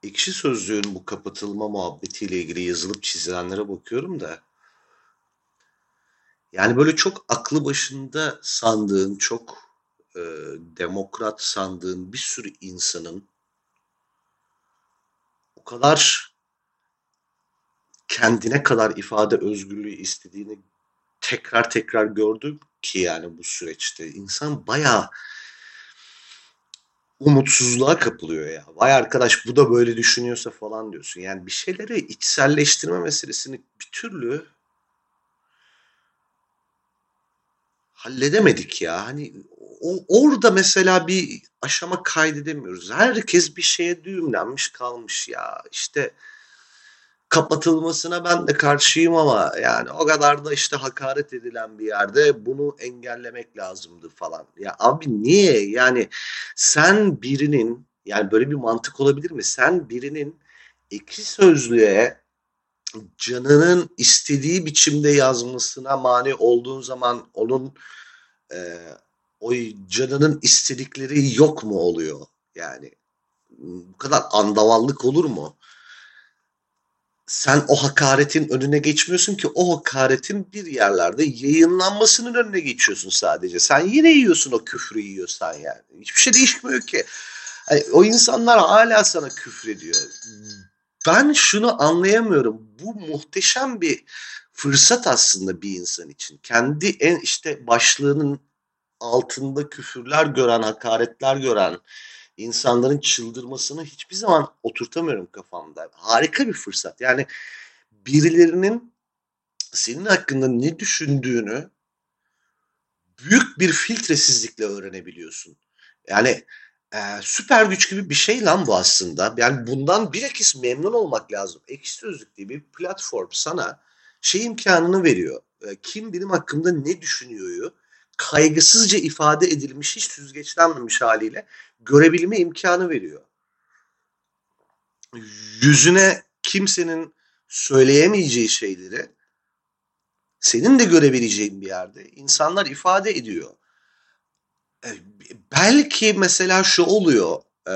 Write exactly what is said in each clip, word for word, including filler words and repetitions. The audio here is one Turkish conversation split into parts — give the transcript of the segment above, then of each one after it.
Ekşi Sözlüğün bu kapatılma muhabbetiyle ilgili yazılıp çizilenlere bakıyorum da yani böyle çok aklı başında sandığın, çok e, demokrat sandığın bir sürü insanın o kadar kendine kadar ifade özgürlüğü istediğini tekrar tekrar gördüm ki yani bu süreçte insan bayağı umutsuzluğa kapılıyor ya. Vay arkadaş bu da böyle düşünüyorsa falan diyorsun. Yani bir şeyleri içselleştirme meselesini bir türlü halledemedik ya. Hani o, orada mesela bir aşama kaydedemiyoruz. Herkes bir şeye düğümlenmiş kalmış ya. İşte kapatılmasına ben de karşıyım ama yani o kadar da işte hakaret edilen bir yerde bunu engellemek lazımdı falan. Ya abi niye? Yani sen birinin yani böyle bir mantık olabilir mi? Sen birinin Ekşi Sözlüğe canının istediği biçimde yazmasına mani olduğun zaman onun e, o canının istedikleri yok mu oluyor? Yani bu kadar andavallık olur mu? Sen o hakaretin önüne geçmiyorsun ki o hakaretin bir yerlerde yayınlanmasının önüne geçiyorsun sadece. Sen yine yiyorsun o küfrü yiyorsan yani. Hiçbir şey değişmiyor ki. Yani o insanlar hala sana küfrediyor. Ben şunu anlayamıyorum. Bu muhteşem bir fırsat aslında bir insan için. Kendi en işte başlığının altında küfürler gören, hakaretler gören insanların çıldırmasını hiçbir zaman oturtamıyorum kafamda. Harika bir fırsat. Yani birilerinin senin hakkında ne düşündüğünü büyük bir filtresizlikle öğrenebiliyorsun. Yani e, süper güç gibi bir şey lan bu aslında. Yani bundan bilakis memnun olmak lazım. Ekşi Sözlük diye bir platform sana şey imkanını veriyor. E, kim benim hakkımda ne düşünüyor kaygısızca ifade edilmiş, hiç süzgeçlenmemiş haliyle görebilme imkanı veriyor. Yüzüne kimsenin söyleyemeyeceği şeyleri senin de görebileceğin bir yerde insanlar ifade ediyor. E, belki mesela şu oluyor. E,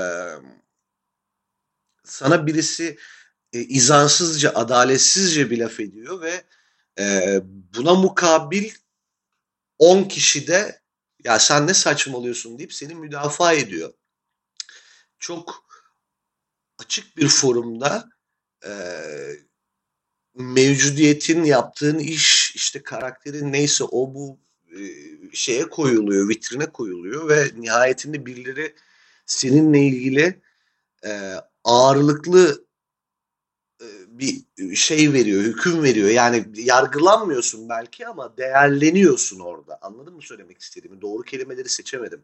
sana birisi e, izansızca, adaletsizce bir laf ediyor ve e, buna mukabil on kişi de ya sen ne saçmalıyorsun deyip seni müdafaa ediyor. Çok açık bir forumda e, mevcudiyetin yaptığın iş işte karakterin neyse o bu e, şeye koyuluyor, vitrine koyuluyor ve nihayetinde birileri seninle ilgili e, ağırlıklı e, bir şey veriyor, hüküm veriyor. Yani yargılanmıyorsun belki ama değerleniyorsun orada. Anladın mı söylemek istediğimi? Doğru kelimeleri seçemedim.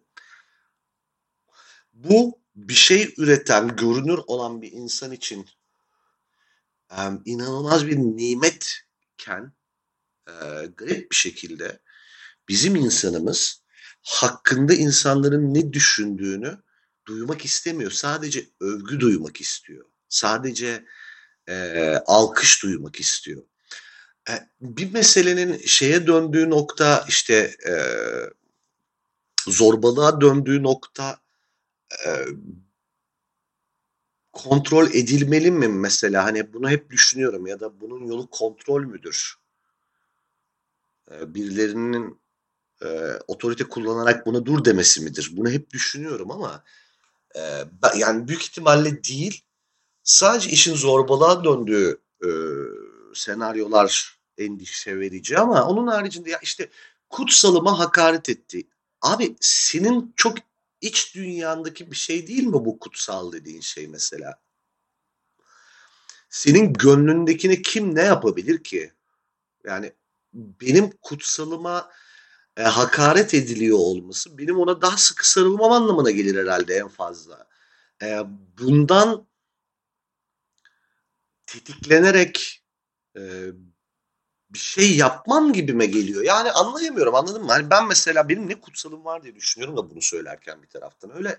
Bu bir şey üreten, görünür olan bir insan için e, inanılmaz bir nimetken e, garip bir şekilde bizim insanımız hakkında insanların ne düşündüğünü duymak istemiyor. Sadece övgü duymak istiyor. Sadece e, alkış duymak istiyor. E, bir meselenin şeye döndüğü nokta işte e, zorbalığa döndüğü nokta e, kontrol edilmeli mi mesela? Hani bunu hep düşünüyorum ya da bunun yolu kontrol müdür? E, birilerinin e, otorite kullanarak buna dur demesi midir? Bunu hep düşünüyorum ama e, ben, yani büyük ihtimalle değil. Sadece işin zorbalığa döndüğü e, senaryolar endişe verici ama onun haricinde ya işte kutsalıma hakaret etti. Abi senin çok iç dünyandaki bir şey değil mi bu kutsal dediğin şey mesela? Senin gönlündekini kim ne yapabilir ki? Yani benim kutsalıma e, hakaret ediliyor olması benim ona daha sıkı sarılmam anlamına gelir herhalde en fazla. E, bundan tetiklenerek e, bir şey yapmam gibime geliyor. Yani anlayamıyorum anladın mı? Hani ben mesela benim ne kutsalım var diye düşünüyorum da bunu söylerken bir taraftan. Öyle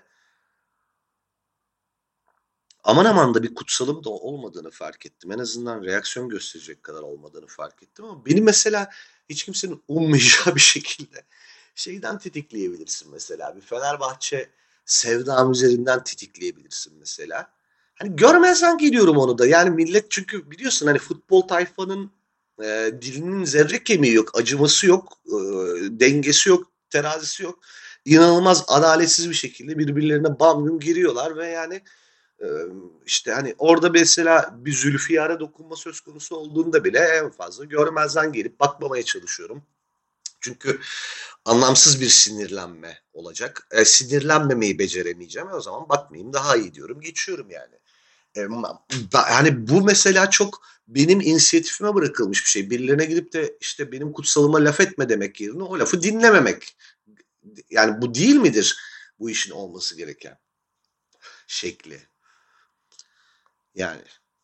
aman aman da bir kutsalım da olmadığını fark ettim. En azından reaksiyon gösterecek kadar olmadığını fark ettim ama beni mesela hiç kimsenin ummayacağı bir şekilde şeyden tetikleyebilirsin mesela. Bir Fenerbahçe sevdam üzerinden tetikleyebilirsin mesela. Hani görmezden geliyorum onu da. Yani millet çünkü biliyorsun hani futbol tayfanın e, dilinin zerre kemiği yok, acıması yok, e, dengesi yok, terazisi yok. İnanılmaz adaletsiz bir şekilde birbirlerine bam güm giriyorlar ve yani e, işte hani orada mesela bir Zülfiyar'a dokunma söz konusu olduğunda bile en fazla görmezden gelip bakmamaya çalışıyorum. Çünkü anlamsız bir sinirlenme olacak. E, sinirlenmemeyi beceremeyeceğim. E, o zaman bakmayayım daha iyi diyorum. Geçiyorum yani. E, hani bu mesela çok benim inisiyatifime bırakılmış bir şey. Birilerine gidip de işte benim kutsalıma laf etme demek yerine o lafı dinlememek. Yani bu değil midir bu işin olması gereken şekli? Yani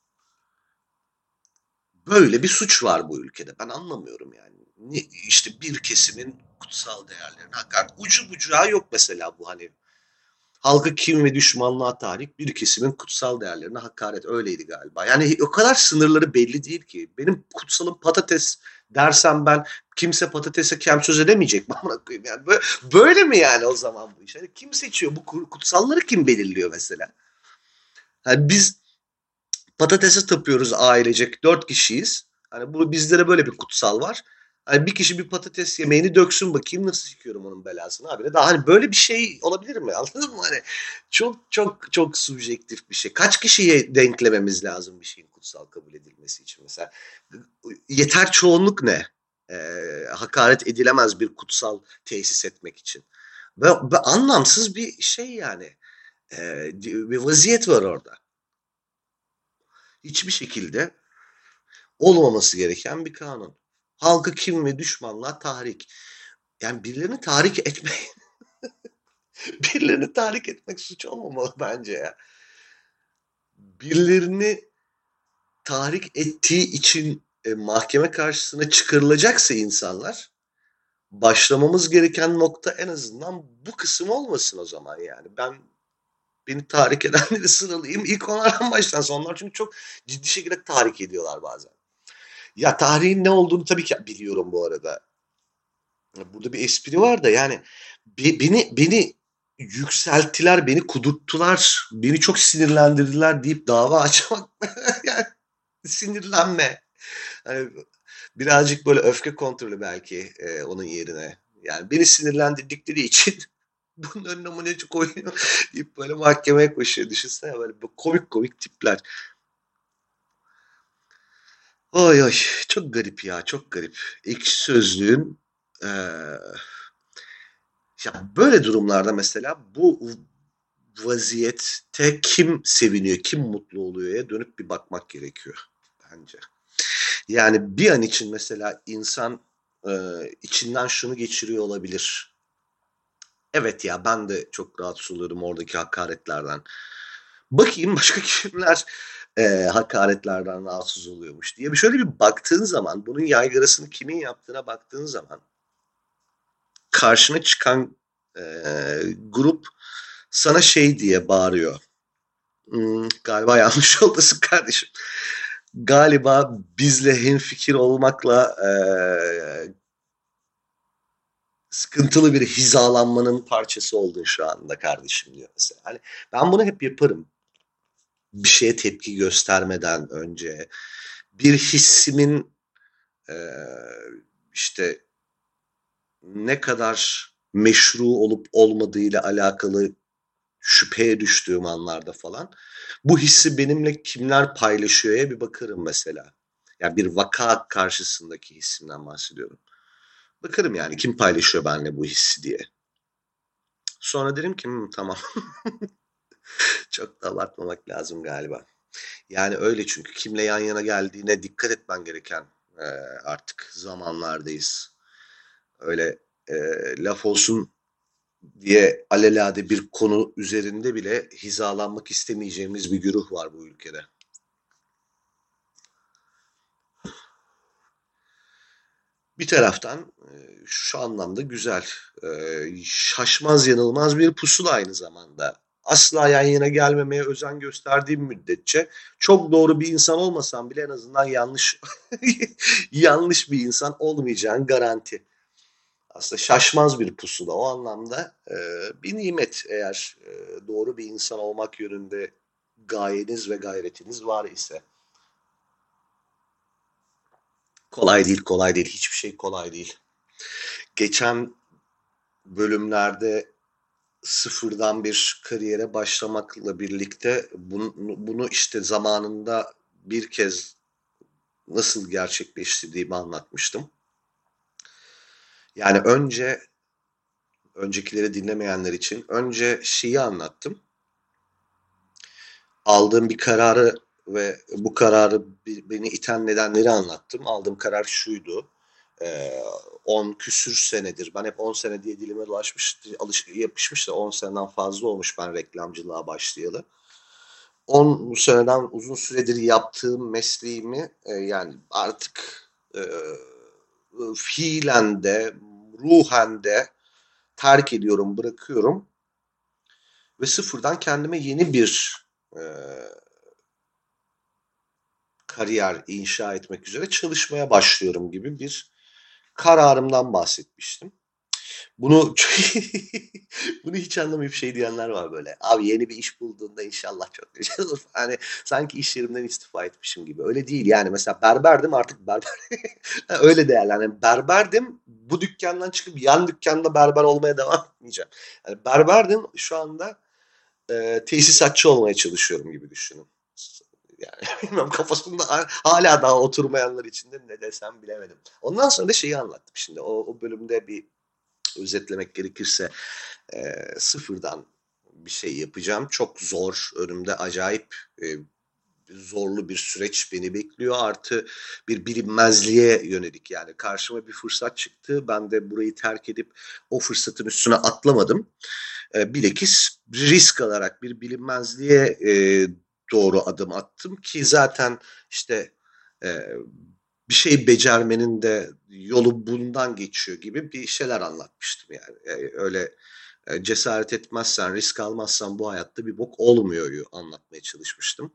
böyle bir suç var bu ülkede. Ben anlamıyorum yani. Ne, işte bir kesimin kutsal değerlerine hakaret. Ucu bucağı yok mesela bu hani. Halkı kim ve düşmanlığa tahrik, bir kesimin kutsal değerlerine hakaret. Öyleydi galiba. Yani o kadar sınırları belli değil ki. Benim kutsalım patates dersem ben kimse patatese kem söz edemeyecek mi? Yani böyle, böyle mi yani o zaman bu iş? Yani kim seçiyor? Bu kutsalları kim belirliyor mesela? Yani biz patatese tapıyoruz ailecek. Dört kişiyiz. Hani bu bizlere böyle bir kutsal var. Hani bir kişi bir patates yemeğini döksün bakayım nasıl çıkıyorum onun belasını abi. Daha hani böyle bir şey olabilir mi? Anladın mı? Hani çok çok çok subjektif bir şey. Kaç kişiye denklememiz lazım bir şeyin kutsal kabul edilmesi için mesela? Yeter çoğunluk ne? Ee, hakaret edilemez bir kutsal tesis etmek için. Ve, ve anlamsız bir şey yani. Ee, bir vaziyet var orada. Hiçbir şekilde olmaması gereken bir kanun. Halkı kim ve düşmanlığa tahrik. Yani birilerini tahrik etmek birilerini tahrik etmek suç olmamalı bence ya. Birilerini tahrik ettiği için e, mahkeme karşısına çıkarılacaksa insanlar başlamamız gereken nokta en azından bu kısım olmasın o zaman yani. Ben beni tahrik edenleri sıralayayım. İlk onlardan başlansın. Onlar çünkü çok ciddi şekilde tahrik ediyorlar bazen. Ya tahriğin ne olduğunu tabii ki biliyorum bu arada. Burada bir espri var da yani be- beni beni yükselttiler, beni kudurttular, beni çok sinirlendirdiler deyip dava açmak yani sinirlenme. Hani birazcık böyle öfke kontrolü belki e, onun yerine. Yani beni sinirlendirdikleri için bunun önüne moneci koyuyor deyip böyle mahkemeye koşuyor. Düşünsene böyle komik komik tipler. Oy oy çok garip ya çok garip. Ekşi Sözlüğün eee ya böyle durumlarda mesela bu vaziyette kim seviniyor, kim mutlu oluyor'ya dönüp bir bakmak gerekiyor bence. Yani bir an için mesela insan e, içinden şunu geçiriyor olabilir. Evet ya ben de çok rahatsız oluyorum oradaki hakaretlerden. Bakayım başka kimler e, hakaretlerden rahatsız oluyormuş diye. Bir şöyle bir baktığın zaman, bunun yaygarasını kimin yaptığına baktığın zaman karşına çıkan e, grup sana şey diye bağırıyor. Hmm, galiba yanlış yoldasın kardeşim. Galiba bizle hemfikir olmakla e, sıkıntılı bir hizalanmanın parçası oldun şu anda kardeşim diyor mesela. Hani ben bunu hep yaparım. Bir şeye tepki göstermeden önce bir hissimin e, işte ne kadar meşru olup olmadığıyla alakalı şüpheye düştüğüm anlarda falan bu hissi benimle kimler paylaşıyor'ya bir bakarım mesela. Yani bir vaka karşısındaki hissimden bahsediyorum. Bakarım yani kim paylaşıyor benimle bu hissi diye. Sonra derim ki "Hmm, tamam çok da abartmamak lazım galiba. Yani öyle çünkü kimle yan yana geldiğine dikkat etmen gereken e, artık zamanlardayız. Öyle e, laf olsun diye alelade bir konu üzerinde bile hizalanmak istemeyeceğimiz bir güruh var bu ülkede. Bir taraftan e, şu anlamda güzel, e, şaşmaz yanılmaz bir pusula aynı zamanda. Asla yan yana gelmemeye özen gösterdiğim müddetçe çok doğru bir insan olmasam bile en azından yanlış yanlış bir insan olmayacağın garanti. Aslında şaşmaz bir pusula o anlamda e, bir nimet eğer e, doğru bir insan olmak yönünde gayeniz ve gayretiniz var ise. Kolay değil, kolay değil. Hiçbir şey kolay değil. Geçen bölümlerde sıfırdan bir kariyere başlamakla birlikte bunu, bunu işte zamanında bir kez nasıl gerçekleştirdiğimi anlatmıştım. Yani önce öncekileri dinlemeyenler için önce şeyi anlattım. Aldığım bir kararı ve bu kararı beni iten nedenleri anlattım. Aldığım karar şuydu. on küsür senedir, ben hep on sene diye dilime dolaşmış, alış, yapışmış da on seneden fazla olmuş ben reklamcılığa başlayalı. on seneden uzun süredir yaptığım mesleğimi e, yani artık e, fiilen de ruhen de terk ediyorum, bırakıyorum ve sıfırdan kendime yeni bir e, kariyer inşa etmek üzere çalışmaya başlıyorum gibi bir kararımdan bahsetmiştim. Bunu bunu hiç anlamayıp şey diyenler var böyle. Abi yeni bir iş bulduğunda inşallah çok güzel olur. Hani sanki iş yerimden istifa etmişim gibi. Öyle değil yani. Mesela berberdim, artık berber. Öyle değerlendim. Yani berberdim. Bu dükkandan çıkıp yan dükkanda berber olmaya devam etmeyeceğim. Yani berberdim, şu anda e, tesisatçı olmaya çalışıyorum gibi düşünün. Yani bilmiyorum, kafasında hala daha oturmayanlar için de ne desem bilemedim. Ondan sonra da şeyi anlattım şimdi. O, o bölümde bir özetlemek gerekirse e, sıfırdan bir şey yapacağım. Çok zor. Önümde acayip e, zorlu bir süreç beni bekliyor. Artı bir bilinmezliğe yönelik, yani karşıma bir fırsat çıktı. Ben de burayı terk edip o fırsatın üstüne atlamadım. E, bilakis risk alarak bir bilinmezliğe e, doğru adım attım ki zaten işte e, bir şey becermenin de yolu bundan geçiyor gibi bir şeyler anlatmıştım yani. E, öyle e, cesaret etmezsen, risk almazsan bu hayatta bir bok olmuyor anlatmaya çalışmıştım.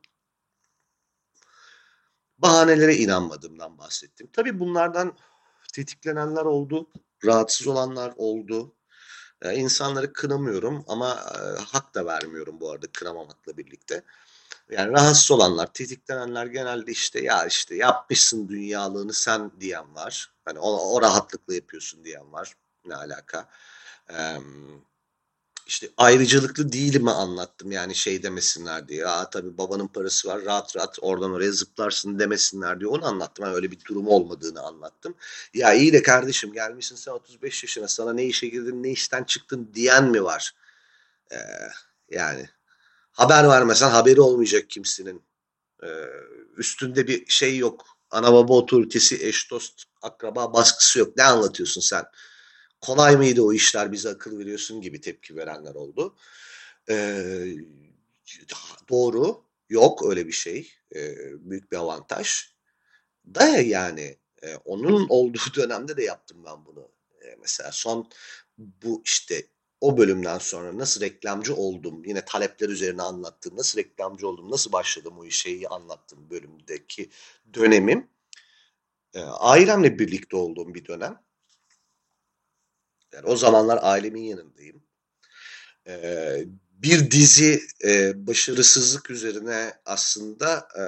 Bahanelere inanmadığımdan bahsettim. Tabii bunlardan tetiklenenler oldu, rahatsız olanlar oldu. E, insanları kınamıyorum ama e, hak da vermiyorum bu arada kınamamakla birlikte. Yani rahatsız olanlar, tetiklenenler genelde işte ya işte yapmışsın dünyalığını sen diyen var. Hani o, o rahatlıkla yapıyorsun diyen var. Ne alaka? Ee, işte ayrıcalıklı değil mi anlattım, yani şey demesinler diye. Aa tabii babanın parası var, rahat rahat oradan oraya zıplarsın demesinler diye onu anlattım. Yani öyle bir durum olmadığını anlattım. Ya iyi de kardeşim, gelmişsin sen otuz beş yaşına, sana ne işe girdin ne işten çıktın diyen mi var? Ee, yani haber vermesen haberi olmayacak kimsenin. Ee, üstünde bir şey yok. Ana baba otoritesi, eş dost, akraba baskısı yok. Ne anlatıyorsun sen? Kolay mıydı o işler, bize akıl veriyorsun gibi tepki verenler oldu. Ee, doğru. Yok öyle bir şey. Ee, büyük bir avantaj. Da yani e, onun olduğu dönemde de yaptım ben bunu. E, mesela son bu işte o bölümden sonra nasıl reklamcı oldum, yine talepler üzerine anlattığım nasıl reklamcı oldum, nasıl başladım o işe anlattığım bölümdeki dönemim e, ailemle birlikte olduğum bir dönem. Yani o zamanlar ailemin yanındayım. E, bir dizi e, başarısızlık üzerine aslında e,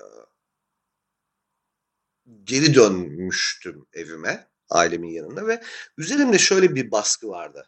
geri dönmüştüm evime, ailemin yanında ve üzerimde şöyle bir baskı vardı.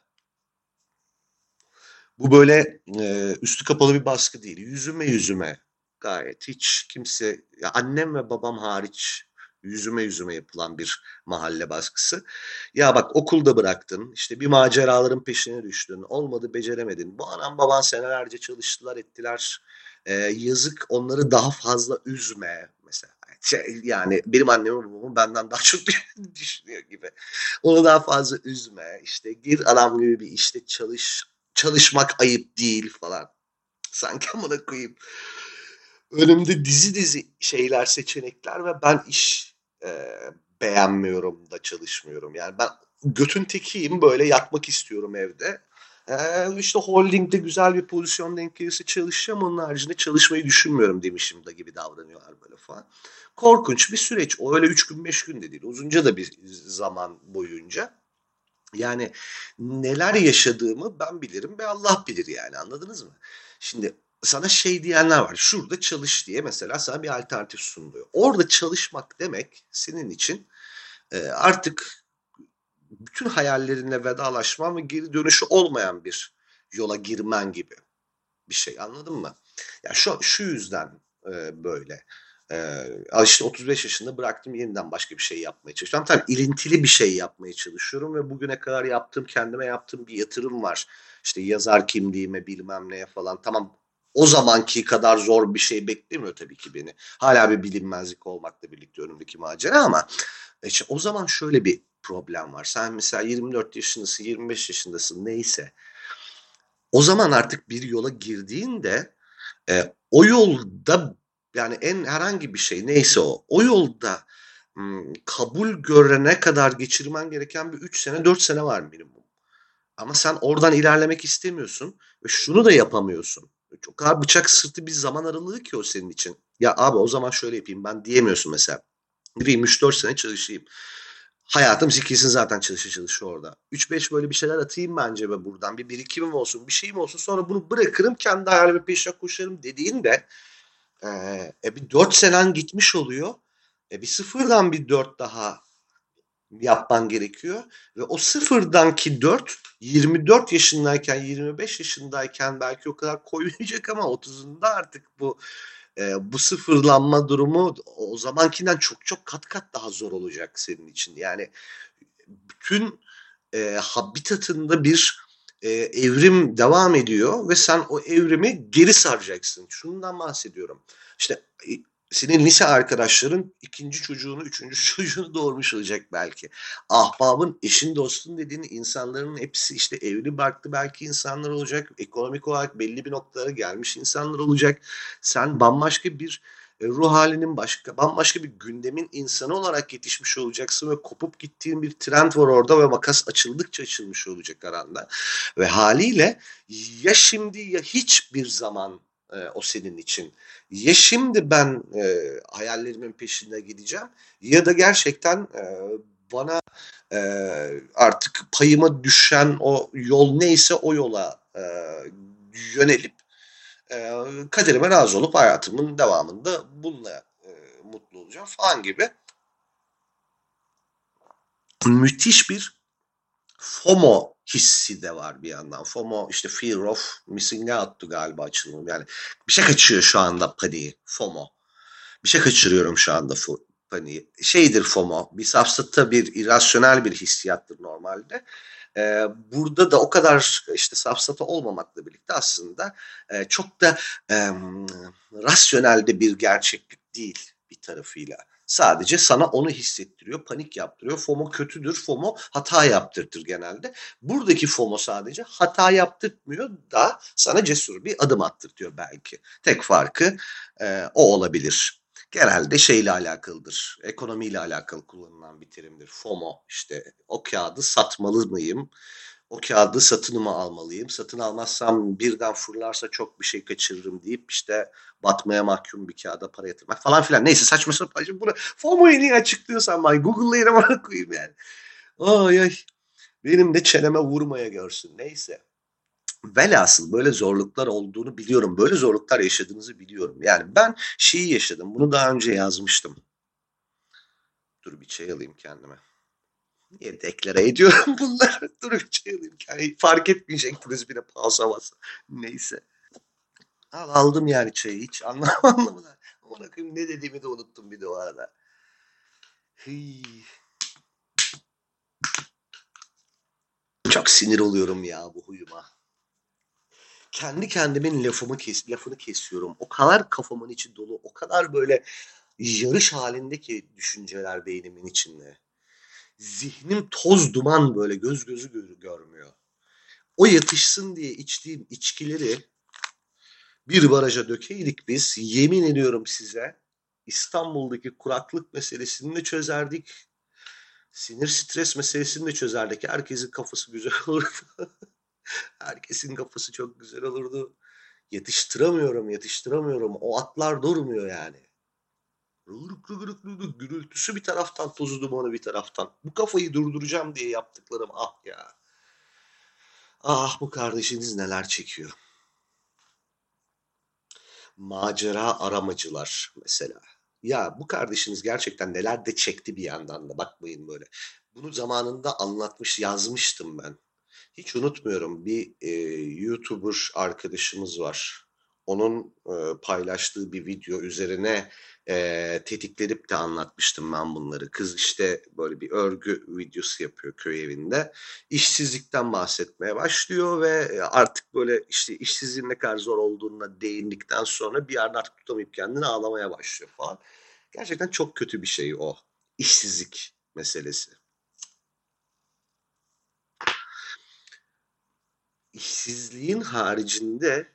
Bu böyle e, üstü kapalı bir baskı değil. Yüzüme yüzüme gayet hiç kimse, ya annem ve babam hariç, yüzüme yüzüme yapılan bir mahalle baskısı. Ya bak okulda bıraktın, işte bir maceraların peşine düştün, olmadı beceremedin. Bu anam baban senelerce çalıştılar ettiler. E, yazık, onları daha fazla üzme mesela. Şey, yani benim annem ve babam benden daha çok düşünüyor gibi. Onu daha fazla üzme. İşte gir adam gibi bir işte çalış. Çalışmak ayıp değil falan. Sanki amına koyayım. Önümde dizi dizi şeyler, seçenekler ve ben iş e, beğenmiyorum da çalışmıyorum. Yani ben götün tekiyim, böyle yatmak istiyorum evde. Ee, işte holdingde güzel bir pozisyon denk gelirse çalışacağım. Onun haricinde çalışmayı düşünmüyorum demişim de gibi davranıyorlar böyle falan. Korkunç bir süreç. O öyle üç gün beş gün de değil. Uzunca da bir zaman boyunca. Yani neler yaşadığımı ben bilirim ve Allah bilir, yani anladınız mı? Şimdi sana şey diyenler var. Şurada çalış diye mesela sana bir alternatif sunuluyor. Orada çalışmak demek senin için e, artık bütün hayallerinle vedalaşman ve geri dönüşü olmayan bir yola girmen gibi bir şey. Anladın mı? Ya şu şu yüzden e, böyle. E, işte otuz beş yaşında bıraktım, yeniden başka bir şey yapmaya çalışıyorum. Tabii ilintili bir şey yapmaya çalışıyorum ve bugüne kadar yaptığım, kendime yaptığım bir yatırım var. İşte yazar kimliğime, bilmem neye falan. Tamam, o zamanki kadar zor bir şey beklemiyor tabii ki beni. Hala bir bilinmezlik olmakla birlikte önümdeki macera ama işte o zaman şöyle bir problem var. Sen mesela yirmi dört yaşındasın, yirmi beş yaşındasın, neyse. O zaman artık bir yola girdiğinde e, o yolda, yani en herhangi bir şey neyse o, o yolda m, kabul görene kadar geçirmen gereken bir üç sene dört sene var minimum. Ama sen oradan ilerlemek istemiyorsun ve şunu da yapamıyorsun. Çok kadar bıçak sırtı bir zaman aralığı ki o senin için. Ya abi o zaman şöyle yapayım ben diyemiyorsun mesela. Gireyim üç dört sene çalışayım. Hayatım zikirsin zaten çalışa çalışa orada. üç beş böyle bir şeyler atayım bence ve buradan bir birikimim olsun, bir şeyim olsun. Sonra bunu bırakırım, kendi hayalime peşine koşarım dediğinde e, e, bir dört senen gitmiş oluyor. E, bir sıfırdan bir dört daha yapman gerekiyor. Ve o sıfırdanki dört, yirmi dört yaşındayken, yirmi beş yaşındayken belki o kadar koymayacak ama otuzunda artık bu e, bu sıfırlanma durumu o zamankinden çok çok kat kat daha zor olacak senin için. Yani bütün e, habitatında bir e, evrim devam ediyor ve sen o evrimi geri saracaksın. Şundan bahsediyorum. İşte e, senin lise arkadaşların ikinci çocuğunu, üçüncü çocuğunu doğurmuş olacak belki. Ahbabın, eşin, dostun dediğin insanların hepsi işte evli barklı belki insanlar olacak. Ekonomik olarak belli bir noktalara gelmiş insanlar olacak. Sen bambaşka bir e, ruh halinin başka, bambaşka bir gündemin insanı olarak yetişmiş olacaksın ve kopup gittiğin bir trend var orada ve makas açıldıkça açılmış olacak aranda. Ve haliyle ya şimdi ya hiçbir zaman e, o senin için. Ya şimdi ben e, hayallerimin peşinde gideceğim ya da gerçekten e, bana e, artık payıma düşen o yol neyse o yola e, yönelip e, kaderime razı olup hayatımın devamında bununla e, mutlu olacağım falan gibi müthiş bir FOMO hissi de var bir yandan. FOMO işte Fear of Missing Out'tu galiba açılımı. Yani bir şey kaçıyor şu anda paniği. FOMO. Bir şey kaçırıyorum şu anda paniği. Şeydir FOMO. Bir safsata bir irrasyonel bir hissiyattır normalde. Ee, burada da o kadar işte safsata olmamakla birlikte aslında e, çok da e, rasyonelde bir gerçeklik değil bir tarafıyla. Sadece sana onu hissettiriyor, panik yaptırıyor. FOMO kötüdür, FOMO hata yaptırtır genelde. Buradaki FOMO sadece hata yaptırtmıyor da sana cesur bir adım attırtıyor belki. Tek farkı e, o olabilir. Genelde şeyle alakalıdır, ekonomiyle alakalı kullanılan bir terimdir. FOMO, işte o kağıdı satmalı mıyım? O kağıdı satın mı almalıyım? Satın almazsam birden fırlarsa çok bir şey kaçırırım deyip işte batmaya mahkum bir kağıda para yatırmak falan filan. Neyse saçma sapan. Şimdi bunu FOMO'yu niye açıklıyorsam ben Google'la yine bana koyayım yani. Ay ay. Benim de çeneme vurmaya görsün. Neyse. Velhasıl böyle zorluklar olduğunu biliyorum. Böyle zorluklar yaşadığınızı biliyorum. Yani ben şeyi yaşadım. Bunu daha önce yazmıştım. Dur bir çay alayım kendime. Niye deklare ediyorum bunları? Dur bir çay alayım kendime. Fark etmeyecektiniz bile pause havası. Neyse. Al, aldım yani çayı. Hiç anlamadım. Ona koyayım ne dediğimi de unuttum bir de o arada. Hıy. Çok sinir oluyorum ya bu huyuma. Kendi kendimin lafımı kes, lafını kesiyorum. O kadar kafamın içi dolu, o kadar böyle yarış halindeki düşünceler beynimin içinde. Zihnim toz duman böyle göz gözü gör- görmüyor. O yatışsın diye içtiğim içkileri bir baraja dökeydik biz. Yemin ediyorum size İstanbul'daki kuraklık meselesini de çözerdik. Sinir stres meselesini de çözerdik. Herkesin kafası güzel olurdu. Herkesin kafası çok güzel olurdu. Yetiştiremiyorum, yetiştiremiyorum. O atlar durmuyor yani. Rırıklı gırıklı gürültüsü bir taraftan, tozu dumanı bir taraftan. Bu kafayı durduracağım diye yaptıklarım ah ya. Ah bu kardeşiniz neler çekiyor. Macera aramacılar mesela. Ya bu kardeşiniz gerçekten neler de çekti bir yandan da bakmayın böyle. Bunu zamanında anlatmış, yazmıştım ben. Hiç unutmuyorum bir e, YouTuber arkadaşımız var. Onun e, paylaştığı bir video üzerine e, tetiklenip de anlatmıştım ben bunları. Kız işte böyle bir örgü videosu yapıyor köy evinde. İşsizlikten bahsetmeye başlıyor ve artık böyle işte işsizliğin ne kadar zor olduğuna değindikten sonra bir yerden artık tutamayıp kendini ağlamaya başlıyor falan. Gerçekten çok kötü bir şey o. İşsizlik meselesi. İşsizliğin haricinde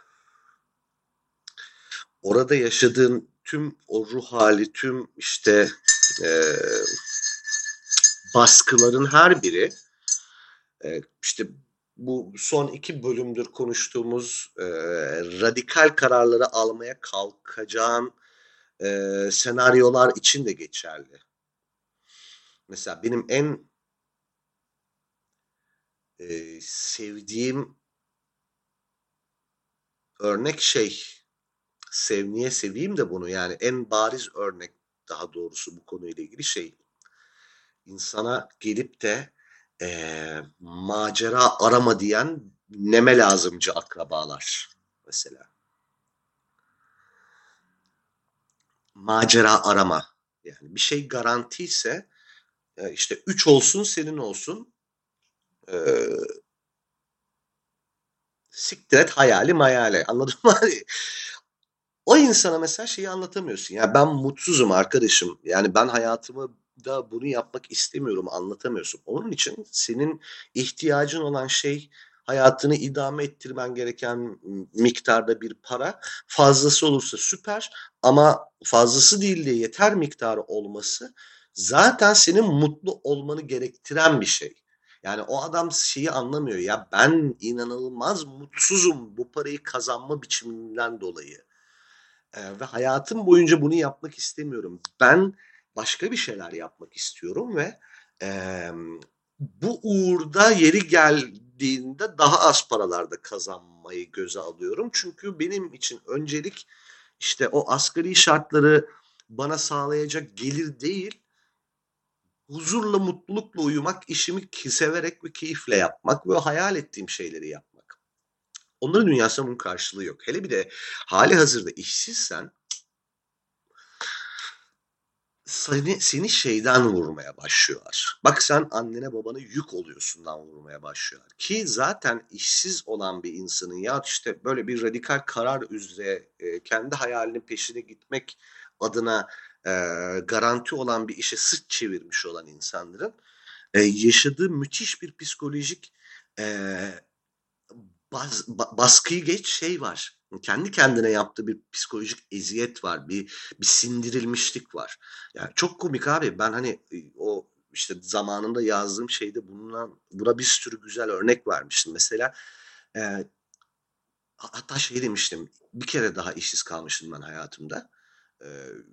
orada yaşadığın tüm o ruh hali, tüm işte e, baskıların her biri e, işte bu son iki bölümdür konuştuğumuz e, radikal kararları almaya kalkacağın e, senaryolar için de geçerli. Mesela benim en e, sevdiğim örnek şey, sev niye seveyim de bunu yani en bariz örnek daha doğrusu bu konuyla ilgili şey insana gelip de eee, macera arama diyen neme lazımcı akrabalar mesela. Macera arama. Yani bir şey garanti ise e, işte üç olsun senin olsun. Eee siktir et hayali mayale. Anladın mı? Hani o insana mesela şeyi anlatamıyorsun. Ya ben mutsuzum arkadaşım. Yani ben hayatımı da bunu yapmak istemiyorum anlatamıyorsun. Onun için senin ihtiyacın olan şey hayatını idame ettirmen gereken miktarda bir para. Fazlası olursa süper ama fazlası değil de yeter miktarı olması zaten senin mutlu olmanı gerektiren bir şey. Yani o adam şeyi anlamıyor ya ben inanılmaz mutsuzum bu parayı kazanma biçiminden dolayı. Eee, ve hayatım boyunca bunu yapmak istemiyorum. Ben başka bir şeyler yapmak istiyorum ve emm, bu uğurda yeri geldiğinde daha az paralarda kazanmayı göze alıyorum. Çünkü benim için öncelik işte o asgari şartları bana sağlayacak gelir değil, huzurla, mutlulukla uyumak, işimi ki severek ve keyifle yapmak ve hayal ettiğim şeyleri yapmak. Onların dünyasında bunun karşılığı yok. Hele bir de hâlihazırda işsizsen Seni, seni şeyden vurmaya başlıyorlar. Bak sen annene babana yük oluyorsundan vurmaya başlıyorlar. Ki zaten işsiz olan bir insanın ya işte böyle bir radikal karar üzere e, kendi hayalinin peşine gitmek adına e, garanti olan bir işe sırt çevirmiş olan insanların e, yaşadığı müthiş bir psikolojik e, baz, ba- baskıyı geç şey var. Kendi kendine yaptığı bir psikolojik eziyet var. Bir bir sindirilmişlik var. Yani çok komik abi. Ben hani e, o işte zamanında yazdığım şeyde bundan buna bir sürü güzel örnek vermiştim. Mesela e, hatta şey demiştim. Bir kere daha işsiz kalmıştım ben hayatımda. E,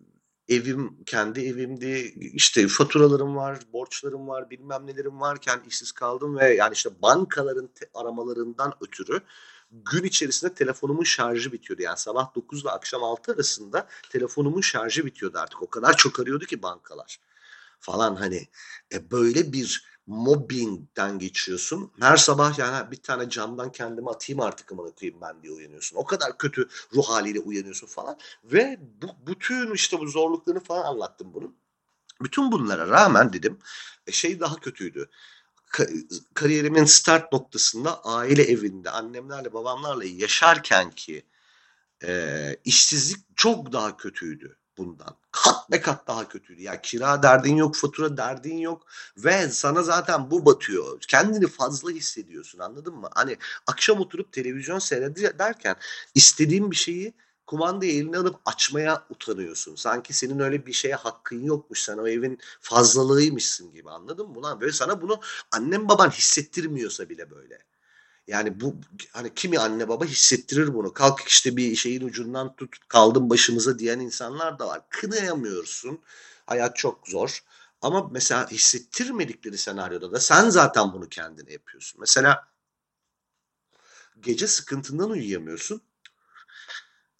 evim kendi evimdi. İşte faturalarım var, borçlarım var, bilmem nelerim varken işsiz kaldım ve yani işte bankaların te- aramalarından ötürü gün içerisinde telefonumun şarjı bitiyordu. Yani sabah dokuz ile akşam altı arasında telefonumun şarjı bitiyordu artık. O kadar çok arıyordu ki bankalar falan hani e, böyle bir mobbingden geçiyorsun. Her sabah yani bir tane camdan kendimi atayım artık amına koyayım ben diye uyanıyorsun. O kadar kötü ruh haliyle uyanıyorsun falan. Ve bu bütün işte bu zorluklarını falan anlattım bunun. Bütün bunlara rağmen dedim e, şey daha kötüydü. Ka- kariyerimin start noktasında aile evinde annemlerle babamlarla yaşarken ki Eee, işsizlik çok daha kötüydü bundan. Kat be kat daha kötüydü. Ya kira derdin yok, fatura derdin yok ve sana zaten bu batıyor. Kendini fazla hissediyorsun anladın mı? Hani akşam oturup televizyon seyrederken istediğin bir şeyi kumandayı eline alıp açmaya utanıyorsun. Sanki senin öyle bir şeye hakkın yokmuş. Sen o evin fazlalığıymışsın gibi anladın mı? Ulan böyle sana bunu annem baban hissettirmiyorsa bile böyle. Yani bu hani kimi anne baba hissettirir bunu. Kalk işte bir şeyin ucundan tut kaldım başımıza diyen insanlar da var. Kınayamıyorsun. Hayat çok zor. Ama mesela hissettirmedikleri senaryoda da sen zaten bunu kendine yapıyorsun. Mesela gece sıkıntından uyuyamıyorsun.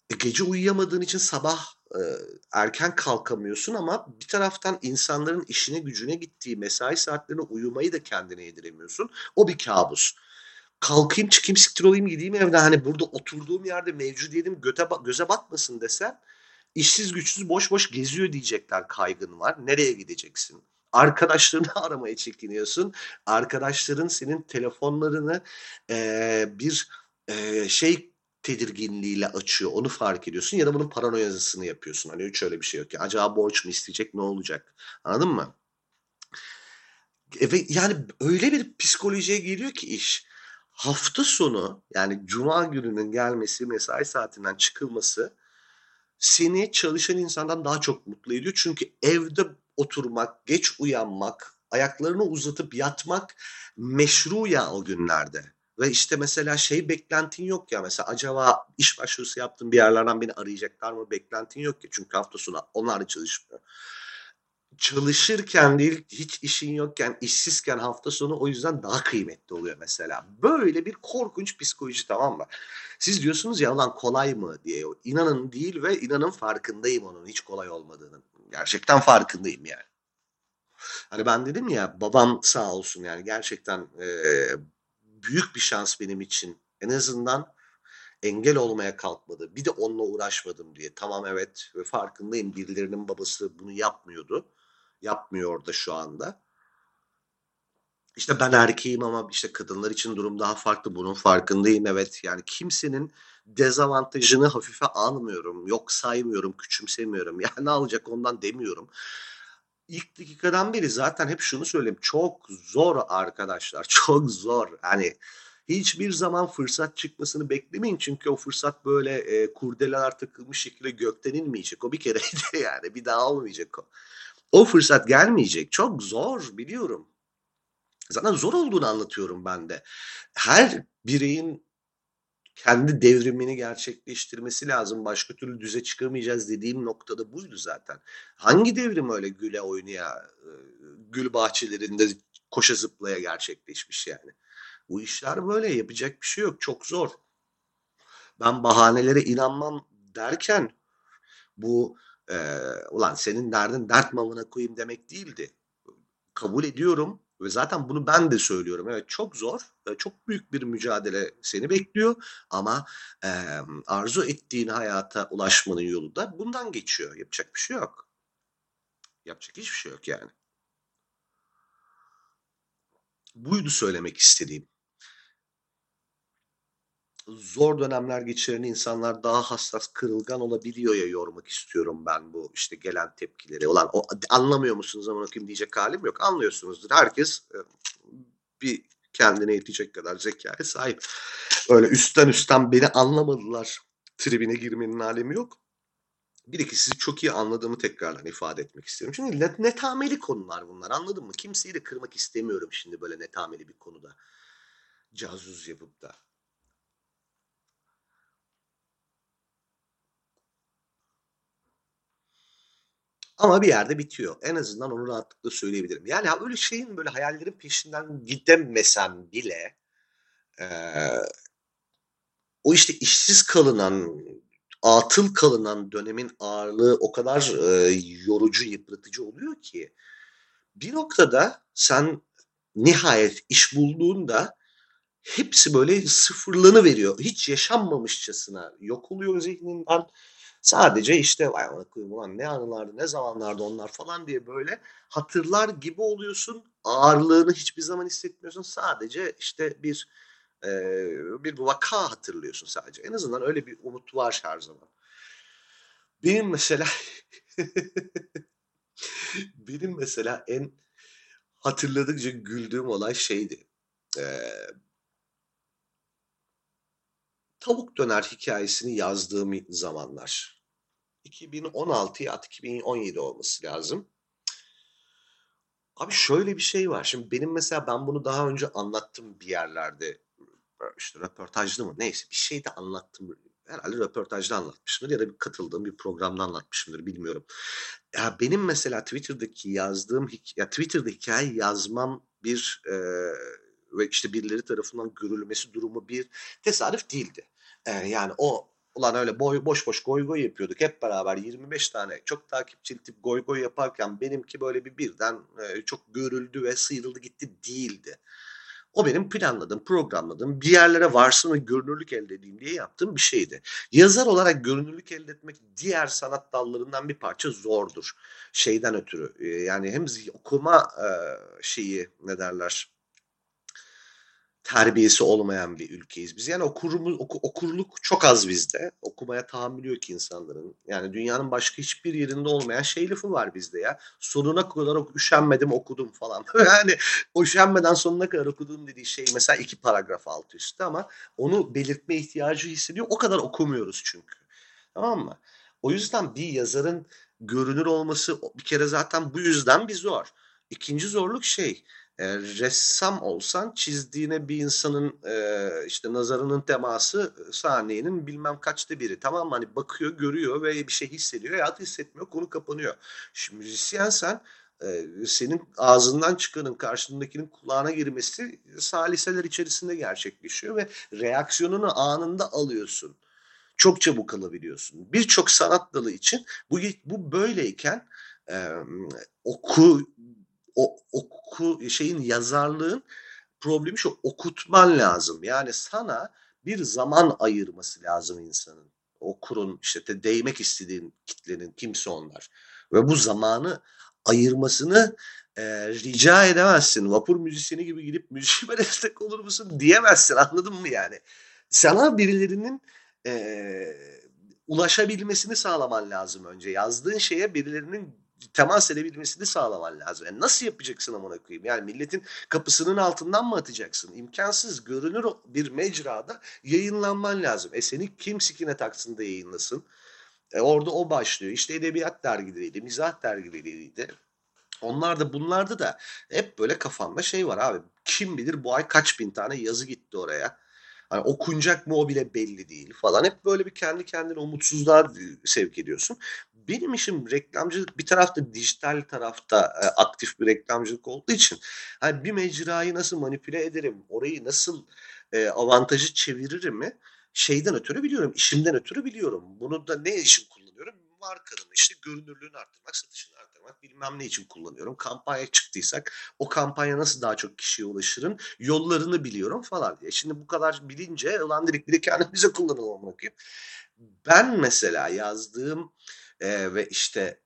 E, gece uyuyamadığın için sabah, eee, erken kalkamıyorsun ama bir taraftan insanların işine gücüne gittiği mesai saatlerine uyumayı da kendine yediremiyorsun. O bir kabus. Kalkayım, çıkayım, siktir olayım, gideyim evden, hani, burada oturduğum yerde mevcudiyetim göte ba göze batmasın desen, işsiz güçsüz boş boş geziyor diyecekler kaygın var. Nereye gideceksin? Arkadaşlarını aramaya çekiniyorsun. Arkadaşların senin telefonlarını, eee, bir, eee, şey tedirginliğiyle açıyor. Onu fark ediyorsun ya da bunun paranoyasını yapıyorsun. Hani hiç öyle bir şey yok ya. Acaba borç mu isteyecek, ne olacak? Anladın mı? E, ve yani öyle bir psikolojiye geliyor ki iş. Hafta sonu, yani cuma gününün gelmesi, mesai saatinden çıkılması seni çalışan insandan daha çok mutlu ediyor. Çünkü evde oturmak, geç uyanmak, ayaklarını uzatıp yatmak meşru ya o günlerde. Ve işte mesela şey beklentin yok ya, mesela acaba iş başvurusu yaptığım bir yerlerden beni arayacaklar mı beklentin yok ya. Çünkü hafta sonu onlar da çalışmıyor. Çalışırken değil, hiç işin yokken, işsizken hafta sonu o yüzden daha kıymetli oluyor mesela. Böyle bir korkunç psikoloji, tamam mı? Siz diyorsunuz ya, "Ulan kolay mı?" diye. İnanın değil ve inanın farkındayım onun hiç kolay olmadığının. Gerçekten farkındayım yani. Hani ben dedim ya, babam sağ olsun yani gerçekten, eee, büyük bir şans benim için. En azından engel olmaya kalkmadı. Bir de onunla uğraşmadım diye. Tamam, evet ve farkındayım birilerinin babası bunu yapmıyordu. Yapmıyor da şu anda. İşte ben erkeğim ama işte kadınlar için durum daha farklı. Bunun farkındayım, evet. Yani kimsenin dezavantajını hafife almıyorum. Yok saymıyorum, küçümsemiyorum. Ya ne olacak ondan demiyorum. İlk dakikadan beri zaten hep şunu söyleyeyim. Çok zor arkadaşlar, çok zor. Hani hiçbir zaman fırsat çıkmasını beklemeyin. Çünkü o fırsat böyle e, kurdeleler takılmış şekilde gökten inmeyecek. O bir kereydi yani. Bir daha olmayacak o. O fırsat gelmeyecek. Çok zor biliyorum. Zaten zor olduğunu anlatıyorum ben de. Her bireyin kendi devrimini gerçekleştirmesi lazım. Başka türlü düze çıkamayacağız dediğim noktada buydu zaten. Hangi devrim öyle güle oynaya, ııı, gül bahçelerinde koşa zıplaya gerçekleşmiş yani? Bu işler böyle, yapacak bir şey yok. Çok zor. Ben bahanelere inanmam derken bu, eee, "Ulan senin derdin dert mi amına koyayım?" demek değildi. Kabul ediyorum ve zaten bunu ben de söylüyorum. Evet, çok zor, eee, çok büyük bir mücadele seni bekliyor ama, emm, arzu ettiğin hayata ulaşmanın yolu da bundan geçiyor. Yapacak bir şey yok. Yapacak hiçbir şey yok yani. Buydu söylemek istediğim. Zor dönemler geçiren insanlar daha hassas, kırılgan olabiliyor ya yormak istiyorum ben bu, işte, gelen tepkileri. Ulan o anlamıyor musunuz amına koyayım diyecek hâlim yok. Anlıyorsunuzdur. Herkes, eee, bir kendine yetecek kadar zekâya sahip. Öyle üstten üstten beni anlamadılar tribine girmenin alemi yok. Bir de ki sizi çok iyi anladığımı tekrardan ifade etmek istiyorum. Çünkü net netameli konular bunlar, anladın mı? Kimseyi de kırmak istemiyorum şimdi böyle netameli bir konuda cazuz yapıp da. Ama bir yerde bitiyor. En azından onu rahatlıkla söyleyebilirim. Yani, ha, öyle şeyin, böyle, hayallerin peşinden gidemesem bile, eee, o, işte, işsiz kalınan, atıl kalınan dönemin ağırlığı o kadar, eee, yorucu, yıpratıcı oluyor ki bir noktada sen nihayet iş bulduğunda hepsi, böyle, sıfırlanıveriyor. Hiç yaşanmamışçasına yok oluyor zihninden. Sadece, işte, "Vay amına koyayım, ulan ne anılardı, ne zamanlardı onlar." falan diye, böyle, hatırlar gibi oluyorsun. Ağırlığını hiçbir zaman hissetmiyorsun. Sadece, işte, bir, eee, bir vaka hatırlıyorsun sadece. En azından öyle bir umut var her zaman. Benim mesela benim mesela en hatırladıkça güldüğüm olay şeydi. Eee, tavuk döner hikâyesini yazdığım zamanlar. iki bin on altı ya da iki bin on yedi olması lazım. Abi şöyle bir şey var. Şimdi benim mesela ben bunu daha önce anlattım bir yerlerde. İşte röportajda mı neyse bir şeyde anlattım. Herhâlde röportajda anlatmışımdır ya da bir katıldığım bir programda anlatmışımdır bilmiyorum. Ya, benim mesela Twitter'daki yazdığım hik ya, Twitter'da hikâye yazmam bir, eee, ve işte birileri tarafından görülmesi durumu bir tesadüf değildi. Eee, yani o Ulan öyle boy, boş boş goy goy yapıyorduk hep beraber yirmi beş tane çok takipçili tip goy goy yaparken benimki böyle bir birden e, çok görüldü ve sıyrıldı gitti değildi. O benim planladığım, programladığım, bir yerlere varsın ve görünürlük elde edeyim diye yaptığım bir şeydi. Yazar olarak görünürlük elde etmek diğer sanat dallarından bir parça zordur. Şeyden ötürü e, yani hem zi- okuma e, şeyi ne derler terbiyesi olmayan bir ülkeyiz biz. Yani okurumuz, oku- okurluk çok az bizde. Okumaya tahammülü yok insanların. Yani dünyanın başka hiçbir yerinde olmayan şey lafı var bizde ya. Sonuna kadar ok- üşenmedim okudum falan. Yani o üşenmeden sonuna kadar okudum dediği şey mesela iki paragraf altı üstü ama onu belirtme ihtiyacı hissediyor. O kadar okumuyoruz çünkü. Tamam mı? O yüzden bir yazarın görünür olması bir kere zaten bu yüzden bir zor. İkinci zorluk şey e, ressam olsan çizdiğine bir insanın e, işte nazarının teması e, saniyenin bilmem kaçta biri tamam mı? Hani bakıyor, görüyor ve bir şey hissediyor ya da hissetmiyor, konu kapanıyor. Şimdi müzisyensen e, senin ağzından çıkanın karşındakinin kulağına girmesi saliseler içerisinde gerçekleşiyor ve reaksiyonunu anında alıyorsun. Çok çabuk alabiliyorsun. Birçok sanat dalı için bu bu böyleyken e, oku o oku şeyin yazarlığın problemi şu okutman lazım. Yani sana bir zaman ayırması lazım insanın. Okurun işte te- değmek istediğin kitlenin kimse onlar. Ve bu zamanı ayırmasını e, rica edemezsin. Vapur müzisyeni gibi gidip müziğime destek olur musun diyemezsin anladın mı yani? Sana birilerinin e, ulaşabilmesini sağlaman lazım önce. Yazdığın şeye birilerinin temas edebilmesini sağlaman lazım. Yani nasıl yapacaksın amına koyayım? Yani milletin kapısının altından mı atacaksın? İmkansız. Görünür bir mecrada yayınlanman lazım. E seni kim sikine taksın da yayınlasın? E orada o başlıyor. İşte edebiyat dergileriydi, mizah dergileriydi. Onlar da bunlarda da hep böyle kafamda şey var abi. Kim bilir bu ay kaç bin tane yazı gitti oraya. Hani okunacak mı o bile belli değil falan. Hep böyle bir kendi kendine umutsuzluğa sevk ediyorsun. Benim işim reklamcılık bir tarafta dijital tarafta e, aktif bir reklamcılık olduğu için hani bir mecrayı nasıl manipüle ederim, orayı nasıl e, avantajı çeviririm mi? Şeyden ötürü biliyorum, işimden ötürü biliyorum. Bunu da ne için kullanıyorum? Markanın işte görünürlüğünü arttırmak, satışını arttırmak bilmem ne için kullanıyorum. Kampanya çıktıysak o kampanya nasıl daha çok kişiye ulaşırım yollarını biliyorum falan diye. Şimdi bu kadar bilince ulan dedik bir de kendimize kullanalım bakayım. Ben mesela yazdığım e, ve işte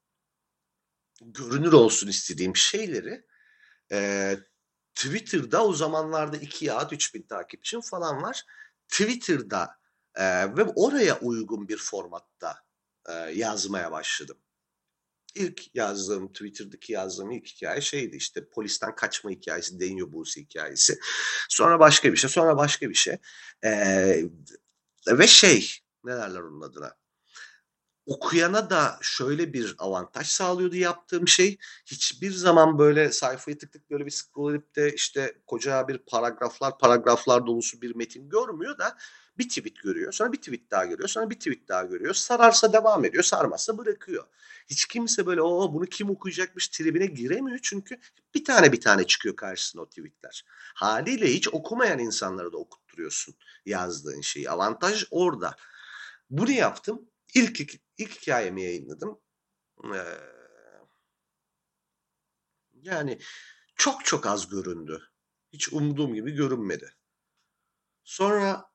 görünür olsun istediğim şeyleri e, Twitter'da o zamanlarda iki ya üç bin takipçim falan var. Twitter'da e, ve oraya uygun bir formatta e, yazmaya başladım. İlk yazdığım, Twitter'daki yazdığım ilk hikaye şeydi işte polisten kaçma hikayesi, Denyo Buse hikayesi. Sonra başka bir şey, sonra başka bir şey. Ee, ve şey, ne derler onun adına? Okuyana da şöyle bir avantaj sağlıyordu yaptığım şey. Hiçbir zaman böyle sayfayı tık tık böyle bir scroll edip de işte koca bir paragraflar paragraflar dolusu bir metin görmüyor da bir tweet görüyor. Sonra bir tweet daha görüyor. Sonra bir tweet daha görüyor. Sararsa devam ediyor. Sarmazsa bırakıyor. Hiç kimse böyle o bunu kim okuyacakmış tribine giremiyor. Çünkü bir tane bir tane çıkıyor karşısına o tweetler. Haliyle hiç okumayan insanlara da okutturuyorsun yazdığın şeyi. Avantaj orada. Bunu yaptım. İlk, ilk, ilk hikayemi yayınladım. Ee, yani çok çok az göründü. Hiç umduğum gibi görünmedi. Sonra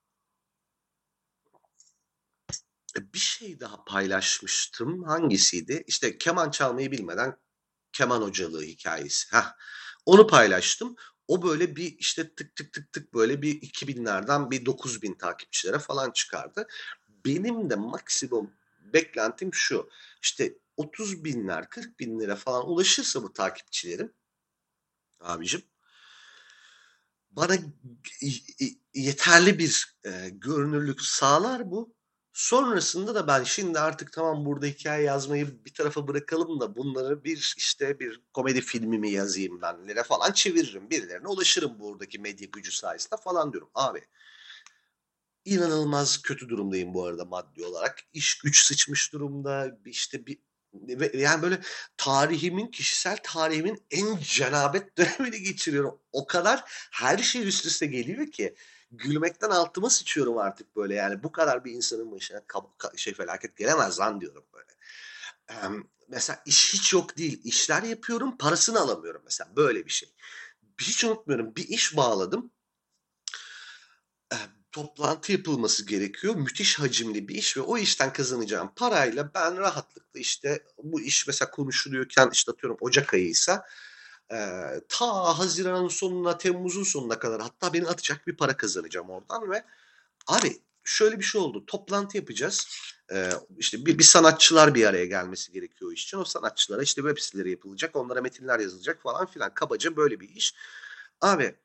bir şey daha paylaşmıştım. Hangisiydi? İşte keman çalmayı bilmeden keman hocalığı hikayesi. Heh. Onu paylaştım. O böyle bir işte tık tık tık tık böyle bir iki binlerden bir dokuz bin takipçilere falan çıkardı. Benim de maksimum beklentim şu. İşte otuz binler, kırk binlere falan ulaşırsa bu takipçilerim abicim bana yeterli bir e, görünürlük sağlar bu. Sonrasında da ben şimdi artık tamam burada hikaye yazmayı bir tarafa bırakalım da bunları bir işte bir komedi filmimi yazayım benlere falan çeviririm. Birilerine ulaşırım buradaki medya gücü sayesinde falan diyorum. Abi inanılmaz kötü durumdayım bu arada maddi olarak. İş güç sıçmış durumda. İşte bir ve yani böyle tarihimin, kişisel tarihimin en cenabet dönemini geçiriyorum. O kadar her şey üst üste geliyor ki Gülmekten altıma sıçıyorum artık böyle yani. Bu kadar bir insanın başına kab ka şey felaket gelemez lan diyorum böyle. Emm, mesela iş hiç yok değil. İşler yapıyorum, parasını alamıyorum mesela. Böyle bir şey. Hiç unutmuyorum. Bir iş bağladım. Eee, toplantı yapılması gerekiyor. Müthiş hacimli bir iş ve o işten kazanacağım parayla ben rahatlıkla, işte, bu iş mesela konuşuluyorken, işte, atıyorum ocak ayıysa, eee, ta haziranın sonuna, temmuzun sonuna kadar hatta beni atacak bir para kazanacağım oradan ve abi şöyle bir şey oldu. Toplantı yapacağız. Eee, işte, bir bir sanatçılar bir araya gelmesi gerekiyor o iş için. O sanatçılara, işte, web siteleri yapılacak, onlara metinler yazılacak falan filan. Kabaca böyle bir iş. Abi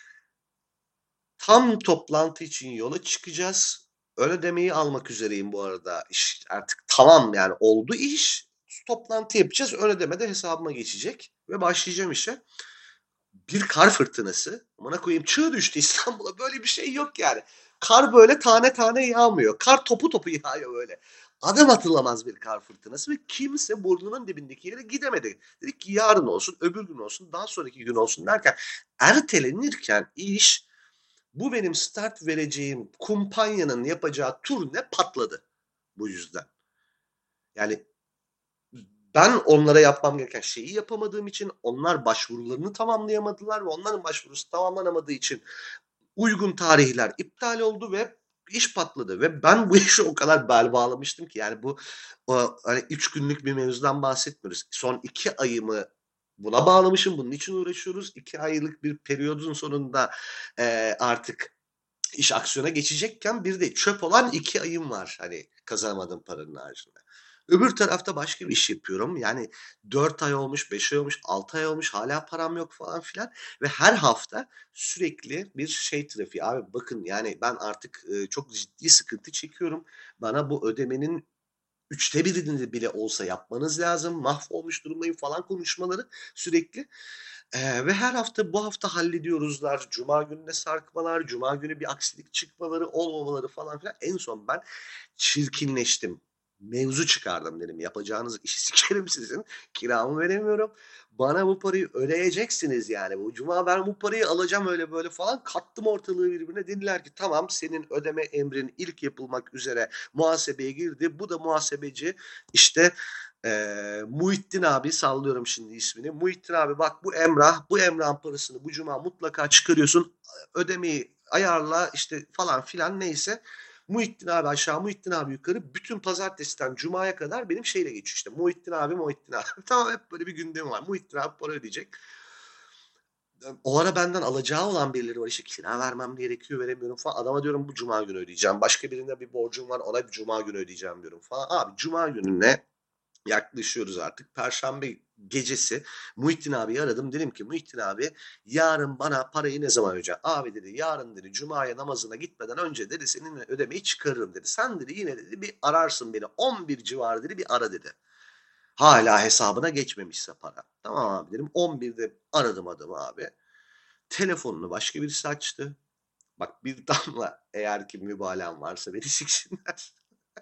tam toplantı için yola çıkacağız. Ön ödemeyi almak üzereyim bu arada. İş artık tamam yani oldu iş. Toplantı yapacağız. Ön ödeme de hesabıma geçecek ve başlayacağım işe. Bir kar fırtınası. Amına koyayım çığ düştü İstanbul'a. Böyle bir şey yok yani. Kar böyle tane tane yağmıyor. Kar topu topu yağıyor böyle. Adım atılamaz bir kar fırtınası ve kimse burnunun dibindeki yere gidemedi. Dedik ki yarın olsun, öbür gün olsun, daha sonraki gün olsun derken ertelenirken iş bu benim start vereceğim kumpanyanın yapacağı turne patladı bu yüzden. Yani ben onlara yapmam gereken şeyi yapamadığım için onlar başvurularını tamamlayamadılar ve onların başvurusu tamamlanamadığı için uygun tarihler iptal oldu ve iş patladı ve ben bu işe o kadar bel bağlamıştım ki yani bu o, hani üç günlük bir mevzudan bahsetmiyoruz. Son iki ayımı buna bağlamışım. Bunun için uğraşıyoruz. iki aylık bir periyodun sonunda eee, artık iş aksiyona geçecekken bir de çöp olan iki ayım var hani kazanamadığım paranın haricinde. Öbür tarafta başka bir iş yapıyorum. Yani dört ay olmuş, beş ay olmuş, altı ay olmuş hala param yok falan filan ve her hafta sürekli bir şey trafiği. Abi bakın yani ben artık, eee, çok ciddi sıkıntı çekiyorum. Bana bu ödemenin üçte birini bile olsa yapmanız lazım. Mahvolmuş durumdayım falan konuşmaları sürekli. Eee, ve her hafta bu hafta hallediyoruzlar. Cuma gününe sarkmalar, cuma günü bir aksilik çıkmaları, olmamaları falan filan. En son ben çirkinleştim. Mevzu çıkardım dedim. Yapacağınız işi sikerim sizin. Kiramı veremiyorum. Bana bu parayı ödeyeceksiniz yani. Bu cuma ben bu parayı alacağım öyle böyle falan. Kattım ortalığı birbirine. Dediler ki tamam senin ödeme emrin ilk yapılmak üzere muhasebeye girdi. Bu da muhasebeci işte Eee, Muhittin abi sallıyorum şimdi ismini. Muhittin abi bak bu Emrah, bu Emrah'ın parasını bu cuma mutlaka çıkarıyorsun. Ödemeyi ayarla işte falan filan neyse. Muhittin abi aşağı, Muhittin abi yukarı. Bütün pazartesiden cumaya kadar benim şeyle geçiyor işte. Muhittin abi, Muhittin abi. Tamam hep böyle bir gündem var. Muhittin abi para ödeyecek. O ara benden alacağı olan birileri var. İşte kira vermem gerekiyor, veremiyorum falan. Adama diyorum bu cuma günü ödeyeceğim. Başka birine bir borcum var, ona bir cuma günü ödeyeceğim diyorum falan. Abi cuma gününe yaklaşıyoruz artık. Perşembe gecesi Muhittin abiyi aradım. Dedim ki Muhittin abi yarın bana parayı ne zaman ödeyeceksin? Abi dedi yarın dedi Cuma'ya namazına gitmeden önce dedi seninle ödemeyi çıkarırım dedi. Sen dedi yine dedi bir ararsın beni on bir civarı dedi bir ara dedi. Hala hesabına geçmemişse para. Tamam abi dedim. on birde aradım adamı abi. Telefonunu başka birisi açtı. Bak bir damla eğer ki mübalağam varsa beni siksinler.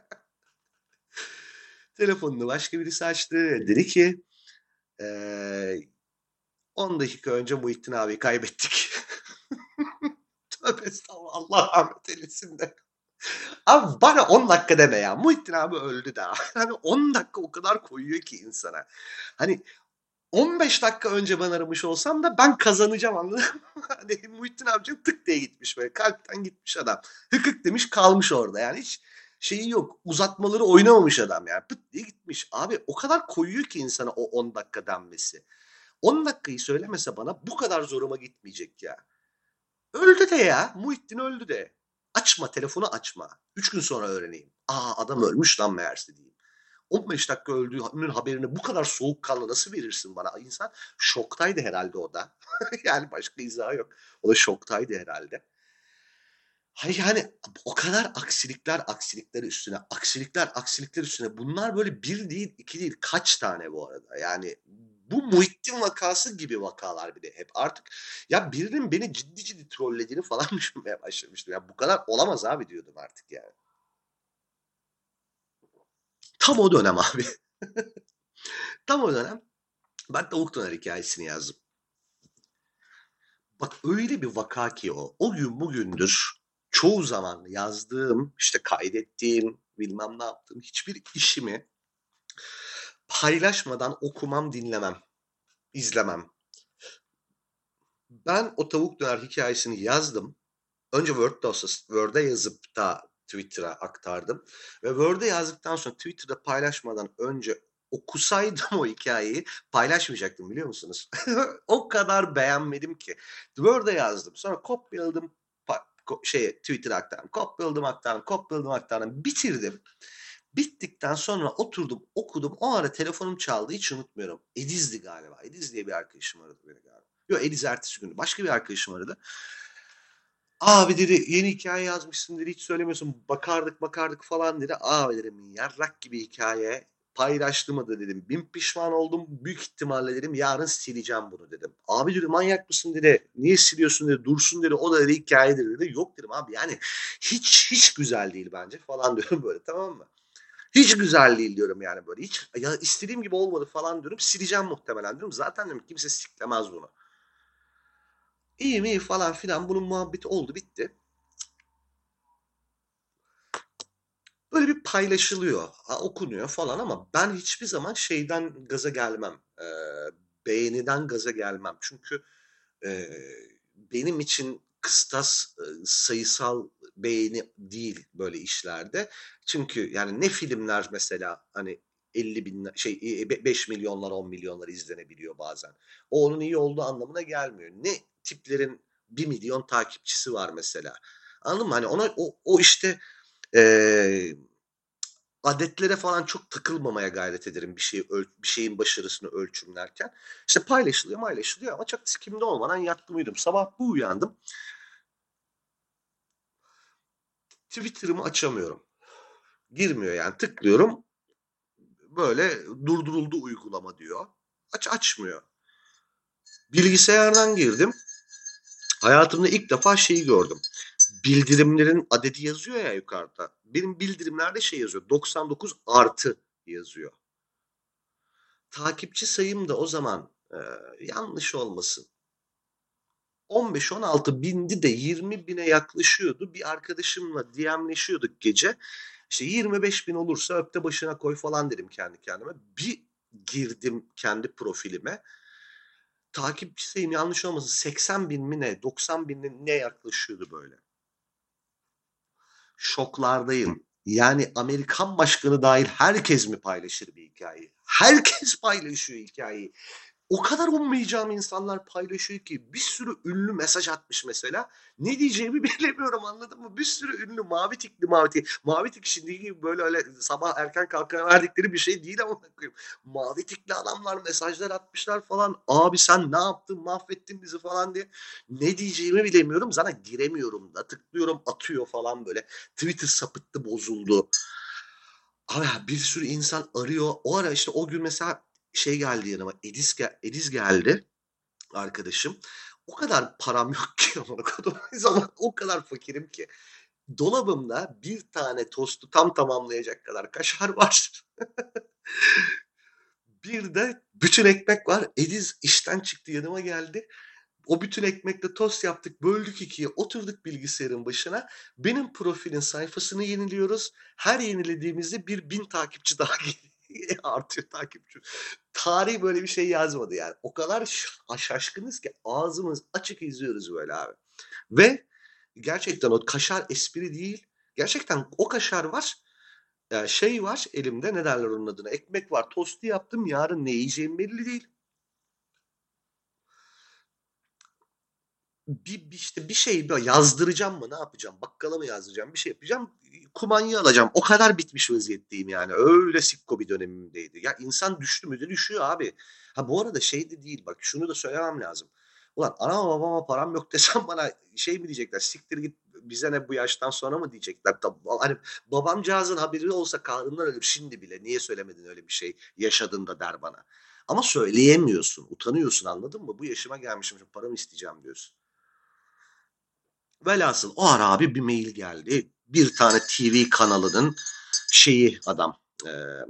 Telefonunu başka birisi açtı. Dedi ki eee on dakika önce Muhittin abiyi kaybettik. Tövbe estağfurullah. Allah rahmet eylesin de. Abi bana on dakika deme ya. Muhittin abi öldü daha. Hani on dakika o kadar koyuyor ki insana. Hani on beş dakika önce ben aramış olsam da ben kazanacağım anladın mı? Hani Muhittin amca tık diye gitmiş böyle. Kalpten gitmiş adam. Hıkık demiş kalmış orada. Yani hiç şeyi yok. Uzatmaları oynamamış adam yani. Pıt diye gitmiş. Abi o kadar koyuyor ki insana o on dakika denmesi. on dakikayı söylemese bana bu kadar zoruma gitmeyecek ya. Öldü de ya. Muhittin öldü de. Açma telefonu açma. Üç gün sonra öğreneyim. Aa adam ölmüş lan meğerse diyeyim. on beş dakika öldüğünün haberini bu kadar soğukkanlı nasıl verirsin bana? İnsan şoktaydı herhalde o da. Yani başka izahı yok. O da şoktaydı herhalde. Hayır yani o kadar aksilikler aksilikler üstüne, aksilikler aksilikler üstüne. Bunlar böyle bir değil, iki değil, kaç tane bu arada. Yani bu Muhittin vakası gibi vakalar bir de hep. Artık ya birinin beni ciddi ciddi trollediğini falan düşünmeye başlamıştım. Ya bu kadar olamaz abi diyordum artık yani. Tam o dönem abi. Tam o dönem ben tavuk döner hikayesini yazdım. Bak öyle bir vaka ki o. O gün bugündür çoğu zaman yazdığım, işte kaydettiğim, bilmem ne yaptığım hiçbir işimi paylaşmadan okumam, dinlemem, izlemem. Ben o tavuk döner hikâyesini yazdım. Önce Word dosyası Word'e yazıp da Twitter'a aktardım ve Word'e yazdıktan sonra Twitter'da paylaşmadan önce okusaydım o hikâyeyi paylaşmayacaktım, biliyor musunuz? O kadar beğenmedim ki. Word'e yazdım. Sonra kopyaladım, pa ko şeye, Twitter'a aktardım. Kopyaladım, aktardım, kopyaladım, aktardım. Bitirdim. Bittikten sonra oturdum, okudum. O ara telefonum çaldı, hiç unutmuyorum. Ediz'di galiba. Ediz diye bir arkadaşım aradı beni galiba. Yok, Ediz ertesi günü. Başka bir arkadaşım aradı. "Abi" dedi, "yeni hikâye yazmışsın." dedi, "Hiç söylemiyorsun. Bakardık bakardık." falan dedi. "Abi" dedim, "yarrak gibi hikâye. Paylaştığıma da" dedim, "bin pişman oldum. Büyük ihtimalle" dedim, "yarın sileceğim bunu." dedim. "Abi" dedi, "manyak mısın?" dedi. "Niye siliyorsun?" dedi. "Dursun." dedi. "O da" dedi, "hikâyedir." dedi. "Yok" dedim, "abi yani hiç, hiç güzel değil bence." falan diyorum böyle, tamam mı? "Hiç güzel değil." diyorum yani böyle. Hiç ya istediğim gibi olmadı falan diyorum. "Sileceğim muhtemelen." diyorum. "Zaten" diyorum, "kimse siklemez bunu." İyi mi iyi falan filan bunun muhabbeti oldu bitti. Böyle bir paylaşılıyor, a okunuyor falan ama ben hiçbir zaman şeyden gaza gelmem, eee, beğeniden gaza gelmem. Çünkü, eee, benim için kıstas, ııı, sayısal beğeni değil böyle işlerde. Çünkü yani ne filmler mesela hani elli bin şey, iii, be beş milyonlar, on milyonlar izlenebiliyor bazen. O onun iyi olduğu anlamına gelmiyor. Ne tiplerin bir milyon takipçisi var mesela. Anladın mı? Hani ona o o işte, eee adetlere falan çok takılmamaya gayret ederim bir şeyi öl bir şeyin başarısını ölçümlerken. İşte paylaşılıyor maylaşılıyor ama çok sikimde olmadan yattım uyudum. Sabah bir uyandım, Twitter'ımı açamıyorum. Girmiyor yani tıklıyorum, böyle durduruldu uygulama diyor. Aç açmıyor. Bilgisayardan girdim. Hayatımda ilk defa şeyi gördüm. Bildirimlerin adedi yazıyor ya yukarıda. Benim bildirimlerde şey yazıyor, doksan dokuz artı yazıyor. Takipçi sayım da o zaman, eee, yanlış olmasın, on beş on altı bindi de yirmi bine yaklaşıyordu. Bir arkadaşımla D M'leşiyorduk gece. İşte yirmi beş bin olursa öpte başına koy falan dedim kendi kendime. Bir girdim kendi profilime. Takipçi sayım yanlış olmasın seksen bin mi ne, doksan bin ne yaklaşıyordu böyle. Şoklardayım. Yani Amerikan başkanı dahil herkes mi paylaşır bir hikayeyi? Herkes paylaşıyor hikayeyi. O kadar ummayacağım insanlar paylaşıyor ki bir sürü ünlü mesaj atmış mesela. Ne diyeceğimi bilemiyorum, anladın mı? Bir sürü ünlü mavi tikli mavi tik. Mavi tik şimdiki gibi böyle öyle sabah erken kalkana verdikleri bir şey değil ama koyayım. Mavi tikli adamlar mesajlar atmışlar falan. Abi sen ne yaptın mahvettin bizi falan diye. Ne diyeceğimi bilemiyorum. Zaten giremiyorum da. Tıklıyorum atıyor falan böyle. Twitter sapıttı bozuldu. Abi bir sürü insan arıyor. O ara işte o gün mesela şey geldi yanıma. Ediz, gel Ediz geldi arkadaşım. O kadar param yok ki amına koduğum zaman o kadar fakirim ki. Dolabımda bir tane tostu tam tamamlayacak kadar kaşar var. Bir de bütün ekmek var. Ediz işten çıktı yanıma geldi. O bütün ekmekle tost yaptık, böldük ikiye, oturduk bilgisayarın başına. Benim profilin sayfasını yeniliyoruz. Her yenilediğimizde bir bin takipçi daha artıyor takipçi. Tarih böyle bir şey yazmadı yani. O kadar ş- şaşkınız ki ağzımız açık izliyoruz böyle abi. Ve gerçekten o kaşar espri değil. Gerçekten o kaşar var. Ya şey var elimde, ne derler onun adına? Ekmek var. Tostu yaptım. Yarın ne yiyeceğim belli değil. Bir, bir işte bir şey böyle yazdıracağım mı ne yapacağım? Bakkala mı yazdıracağım? Bir şey yapacağım. Kumanyayı alacağım. O kadar bitmiş vaziyetteyim yani. Öyle sikko bir dönemimdeydi. Ya insan düştü mü de düşüyor abi. Ha bu arada şey de değil bak şunu da söylemem lazım. Ulan anama babama param yok desem bana şey mi diyecekler? Siktir git bize ne bu yaştan sonra mı diyecekler? Tab- Hani babamcağızın haberi olsa kahrından ölür şimdi bile. Niye söylemedin öyle bir şey yaşadığında der bana. Ama söyleyemiyorsun. Utanıyorsun anladın mı? Bu yaşıma gelmişim. Paramı isteyeceğim diyorsun. Velhasıl o ara abi bir mail geldi. Bir tane T V kanalının şeyi adam, eee,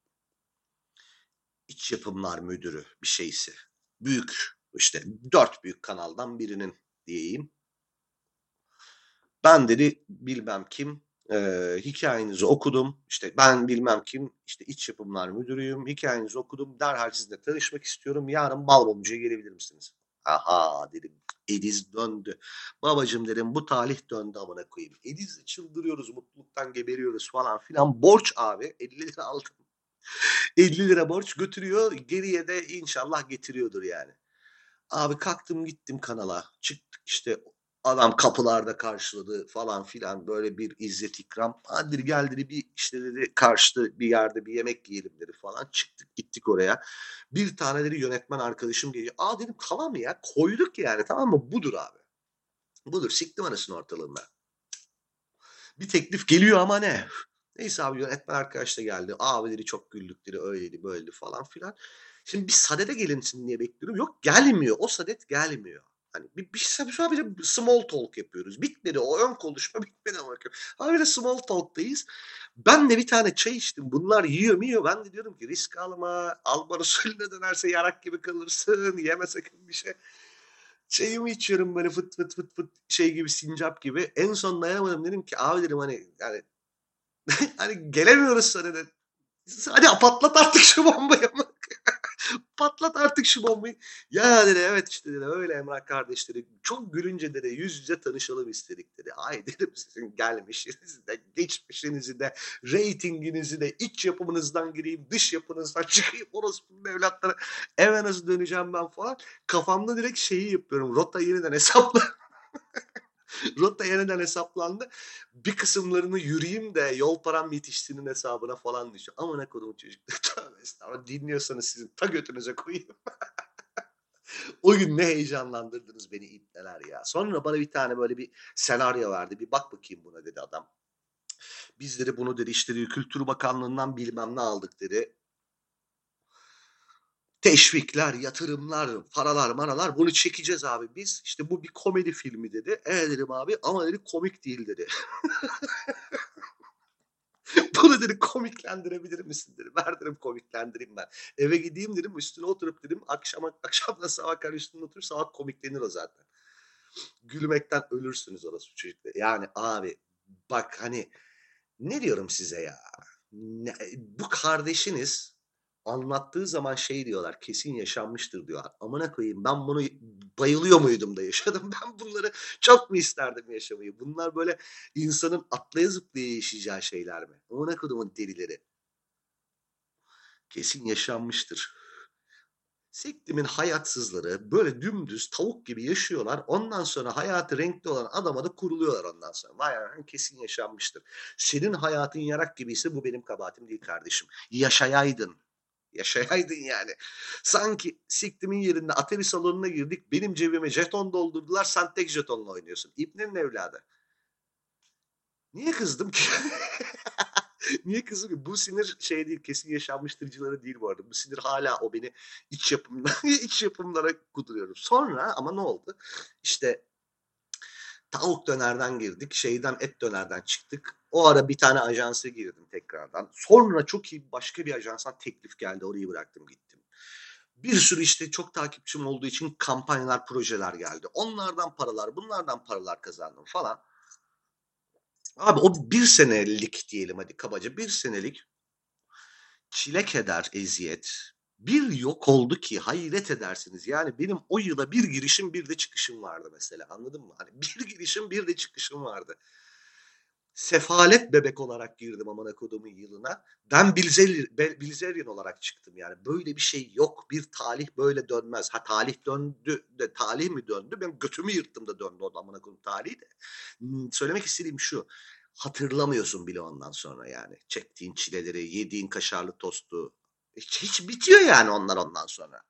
iç yapımlar müdürü bir şeysi. Büyük işte dört büyük kanaldan birinin diyeyim. Ben dedi bilmem kim, eee, hikâyenizi okudum. İşte ben bilmem kim, işte iç yapımlar müdürüyüm. Hikâyenizi okudum. Derhal sizinle tanışmak istiyorum. Yarın Balmumcu'ya gelebilir misiniz? Aha dedim. Ediz döndü. Babacım dedim bu talih döndü amına koyayım. Ediz'le çıldırıyoruz, mutluluktan geberiyoruz falan filan. Borç abi elli lira aldım. elli lira borç götürüyor. Geriye de inşallah getiriyordur yani. Abi kalktım gittim kanala. Çıktık işte adam kapılarda karşıladı falan filan böyle bir izzet ikram. Hadi gel dedi bir işte dedi karşıda bir yerde bir yemek yiyelim dedi falan. Çıktık gittik oraya. Bir tane dedi yönetmen arkadaşım geliyor. Aa dedim tamam ya koyduk yani tamam mı? Budur abi. Budur siktim anasını ortalığında. Bir teklif geliyor ama ne? Neyse abi yönetmen arkadaş da geldi. Abi dedi çok güldük dedi öyleydi böyleydi falan filan. Şimdi bir sadede gelinsin diye bekliyorum. Yok gelmiyor. O sadet gelmiyor. Hani bir, bir sadece small talk yapıyoruz. Bitmedi o ön konuşma bitmedi ama. Abi de small talk'tayız. Ben de bir tane çay içtim. Bunlar yiyor mu yiyor. Ben de diyorum ki risk alma. Alman usulüne dönerse yarak gibi kalırsın. Yeme sakın bir şey. Çayımı içiyorum böyle fıt fıt fıt fıt şey gibi sincap gibi. En son dayanamadım dedim ki abi dedim hani yani hani gelemiyoruz sana da. Hadi patlat artık şu bombayı. Patlat artık şu bombayı. Ya dedi evet işte dedi öyle Emrah kardeş dedi. Çok gülünce dedi yüz yüze tanışalım istedik dedi. Ay dedim sizin gelmişinizi de geçmişinizi de reytinginizi de iç yapımınızdan gireyim dış yapınızdan çıkayım orospunun evlatları eve nasıl döneceğim ben falan. Kafamda direkt şeyi yapıyorum rota yeniden hesapla. Rota yeniden hesaplandı. Bir kısımlarını yürüyeyim de yol param yetiştiğinin hesabına falan düşüyor. Amına kodumun çocukları. Tövbe estağfurullah. Dinliyorsanız sizin ta götünüze koyayım. O gün ne heyecanlandırdınız beni ipneler ya. Sonra bana bir tane böyle bir senaryo verdi. Bir bak bakayım buna dedi adam. Biz dedi bunu dedi işte dedi, Kültür Bakanlığı'ndan bilmem ne aldık dedi. Teşvikler, yatırımlar, paralar, maralar bunu çekeceğiz abi biz. İşte bu bir komedi filmi dedi. E dedim abi ama dedi komik değil dedi. Bunu dedi komiklendirebilir misin dedi. Ver dedim komiklendireyim ben. Eve gideyim dedim üstüne oturup dedim akşama akşamla sabah kadar üstüne oturur sabah komiklenir o zaten. Gülmekten ölürsünüz orası çocuklar. Yani abi bak hani ne diyorum size ya. Ne, bu kardeşiniz anlattığı zaman şey diyorlar kesin yaşanmıştır diyorlar. Amına koyayım ben bunu bayılıyor muydum da yaşadım. Ben bunları çok mu isterdim yaşamayı? Bunlar böyle insanın atlaya zıplaya yaşayacağı şeyler mi? Amına koyduğumun delileri. Kesin yaşanmıştır. Sektimin hayatsızları böyle dümdüz tavuk gibi yaşıyorlar. Ondan sonra hayatı renkli olan adama da kuruluyorlar ondan sonra. Vay anam kesin yaşanmıştır. Senin hayatın yarak gibiyse bu benim kabahatim değil kardeşim. Yaşayaydın. Yaşayaydın yani. Sanki siktimin yerinde atari salonuna girdik. Benim cebime jeton doldurdular. Sen tek jetonla oynuyorsun. İbnenin evladı. Niye kızdım ki? Niye kızım ki? Bu sinir şey değil, kesin yaşanmıştırcıları değil bu arada. Bu sinir hala o beni iç yapımda iç yapımlara kuduruyorum. Sonra ama ne oldu? İşte tavuk dönerden girdik, şeyden et dönerden çıktık. O ara bir tane ajansa girdim tekrardan. Sonra çok iyi başka bir ajanstan teklif geldi. Orayı bıraktım gittim. Bir sürü işte çok takipçim olduğu için kampanyalar, projeler geldi. Onlardan paralar, bunlardan paralar kazandım falan. Abi o bir senelik diyelim hadi kabaca bir senelik çile keder, eziyet bir yok oldu ki hayret edersiniz. Yani benim o yıla bir girişim bir de çıkışım vardı mesela anladın mı? Hani bir girişim bir de çıkışım vardı. Sefalet bebek olarak girdim amına kodumun yılına. Ben Bilzerian, Bilzerian olarak çıktım yani. Böyle bir şey yok. Bir talih böyle dönmez. Ha talih döndü de talih mi döndü? Ben götümü yırttım da döndü o amına kodum talihi de. Hmm, söylemek istediğim şu. Hatırlamıyorsun bile ondan sonra yani. Çektiğin çileleri, yediğin kaşarlı tostu. Hiç, hiç bitiyor yani onlar ondan sonra.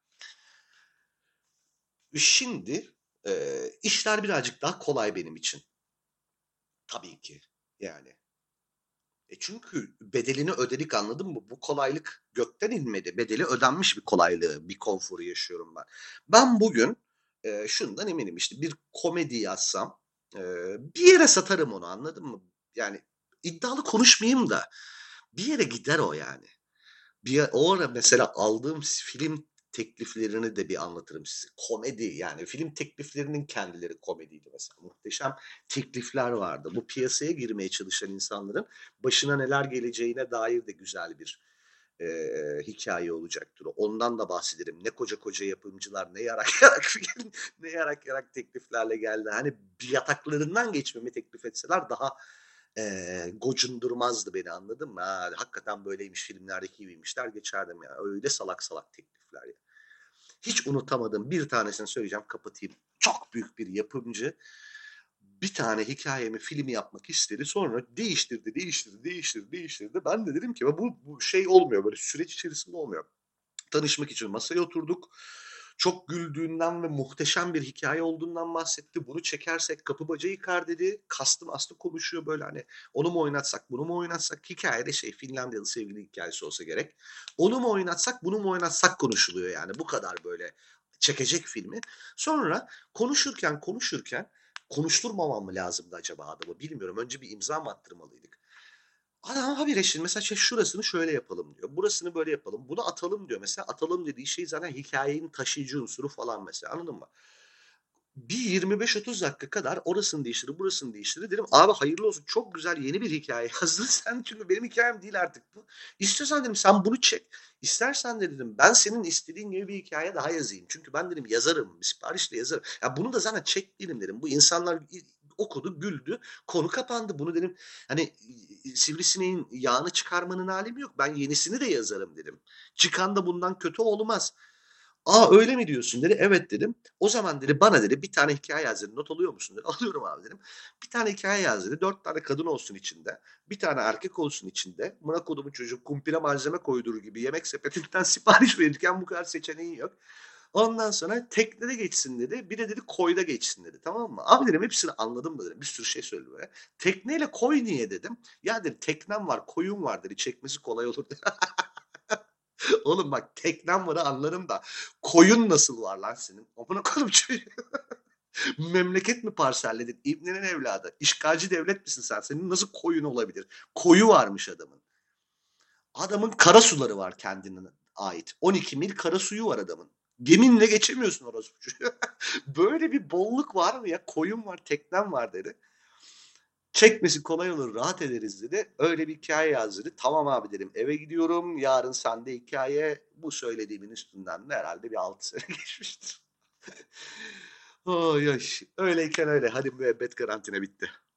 Şimdi e, işler birazcık daha kolay benim için. Tabii ki yani. E çünkü bedelini ödedik anladın mı? Bu kolaylık gökten inmedi. Bedeli ödenmiş bir kolaylığı, bir konforu yaşıyorum ben. Ben bugün e, şundan eminim işte bir komedi yazsam e, bir yere satarım onu anladın mı? Yani iddialı konuşmayayım da bir yere gider o yani. Bir yer, o ara mesela aldığım film tekliflerini de bir anlatırım size. Komedi, yani film tekliflerinin kendileri komediydi mesela. Muhteşem teklifler vardı. Bu piyasaya girmeye çalışan insanların başına neler geleceğine dair de güzel bir, eee, hikâye olacaktır o. Ondan da bahsederim. Ne koca koca yapımcılar ne yarak yarak film, ne yarak yarak tekliflerle geldi. Hani bir yataklarından geçmemi teklif etseler daha, eee, gocundurmazdı beni, anladın mı? Ha, hakikaten böyleymiş, filmlerdeki gibiymiş der geçerdim ya. Öyle salak salak teklifler ya. Hiç unutamadığım bir tanesini söyleyeceğim, kapatayım. Çok büyük bir yapımcı bir tane hikâyemi, filmi yapmak istedi. Sonra değiştirdi, değiştirdi, değiştirdi, değiştirdi. Ben de dedim ki bu bu şey olmuyor, böyle süreç içerisinde olmuyor. Tanışmak için masaya oturduk. Çok güldüğünden ve muhteşem bir hikâye olduğundan bahsetti. "Bunu çekersek kapı baca yıkar." dedi. Kastı mastı konuşuyor böyle, hani, "Onu mu oynatsak, bunu mu oynatsak?" Hikâye de şey, Finlandiyalı sevgili hikâyesi olsa gerek. "Onu mu oynatsak, bunu mu oynatsak?" konuşuluyor yani. Bu kadar böyle çekecek filmi. Sonra konuşurken, konuşurken konuşturmamam mı lazımdı acaba adamı bilmiyorum. Önce bir imza mı attırmalıydık? Adam habire şimdi mesela şey, "Şurasını şöyle yapalım." diyor. "Burasını böyle yapalım. Bunu atalım." diyor mesela. Atalım dediği şey zaten hikâyenin taşıyıcı unsuru falan mesela, anladın mı? Bir yirmi beş otuz dakika kadar orasını değiştirdi, burasını değiştirdi. Dedim, "Abi hayırlı olsun. Çok güzel yeni bir hikâye yazdın sen çünkü benim hikâyem değil artık bu. İstiyorsan" dedim, "sen bunu çek. İstersen" de dedim, "ben senin istediğin gibi bir hikâye daha yazayım." Çünkü ben dedim yazarım, siparişle yazarım. "Ya bunu da zaten çek." dedim dedim. "Bu insanlar i okudu, güldü, konu kapandı. Bunu" dedim, "hani, iii, sivrisineğin yağını çıkarmanın alemi yok. Ben yenisini de yazarım." dedim. "Çıkan da bundan kötü olmaz." "A, öyle mi diyorsun?" dedi. "Evet." dedim. "O zaman" dedi, "bana" dedi, "bir tane hikâye yaz." dedi. "Not alıyor musun?" dedi. "Alıyorum abi." dedim. "Bir tane hikâye yaz." dedi. "Dört tane kadın olsun içinde. Bir tane erkek olsun içinde. Amına kodumun çocuğu kumpire malzeme koydurur gibi Yemek Sepeti'nden sipariş verirken bu kadar seçeneğin yok. Ondan sonra teknede geçsin." dedi. "Bir de" dedi, "koyda geçsin." dedi. Tamam mı? "Abi" dedim, "hepsini anladım mı?" dedim. Bir sürü şey söyledi böyle. "Tekneyle koy niye?" dedim. "Ya" dedi, "teknem var, koyun var." dedi. "Çekmesi kolay olur." dedi. Oğlum bak teknem varı anlarım da koyun nasıl var lan senin? Amına koyduğum çocuğu. Memleket mi parselledin? İbnenin evladı. İşgalci devlet misin sen? Senin nasıl koyun olabilir? Koyu varmış adamın. Adamın kara suları var kendine ait. on iki mil kara suyu var adamın. Geminle geçemiyorsun orospu çocuğu. Böyle bir bolluk var mı ya? Koyun var, teknem var dedi. "Çekmesi kolay olur, rahat ederiz." dedi. Öyle bir hikâye yaz dedi. "Tamam abi." dedim. Eve gidiyorum. Yarın sende hikâye. Bu söylediğimin üstünden de herhâlde bir altı sene geçmiştir. Oy, oy. Öyleyken öyle. Hadi müebbet garantine bitti.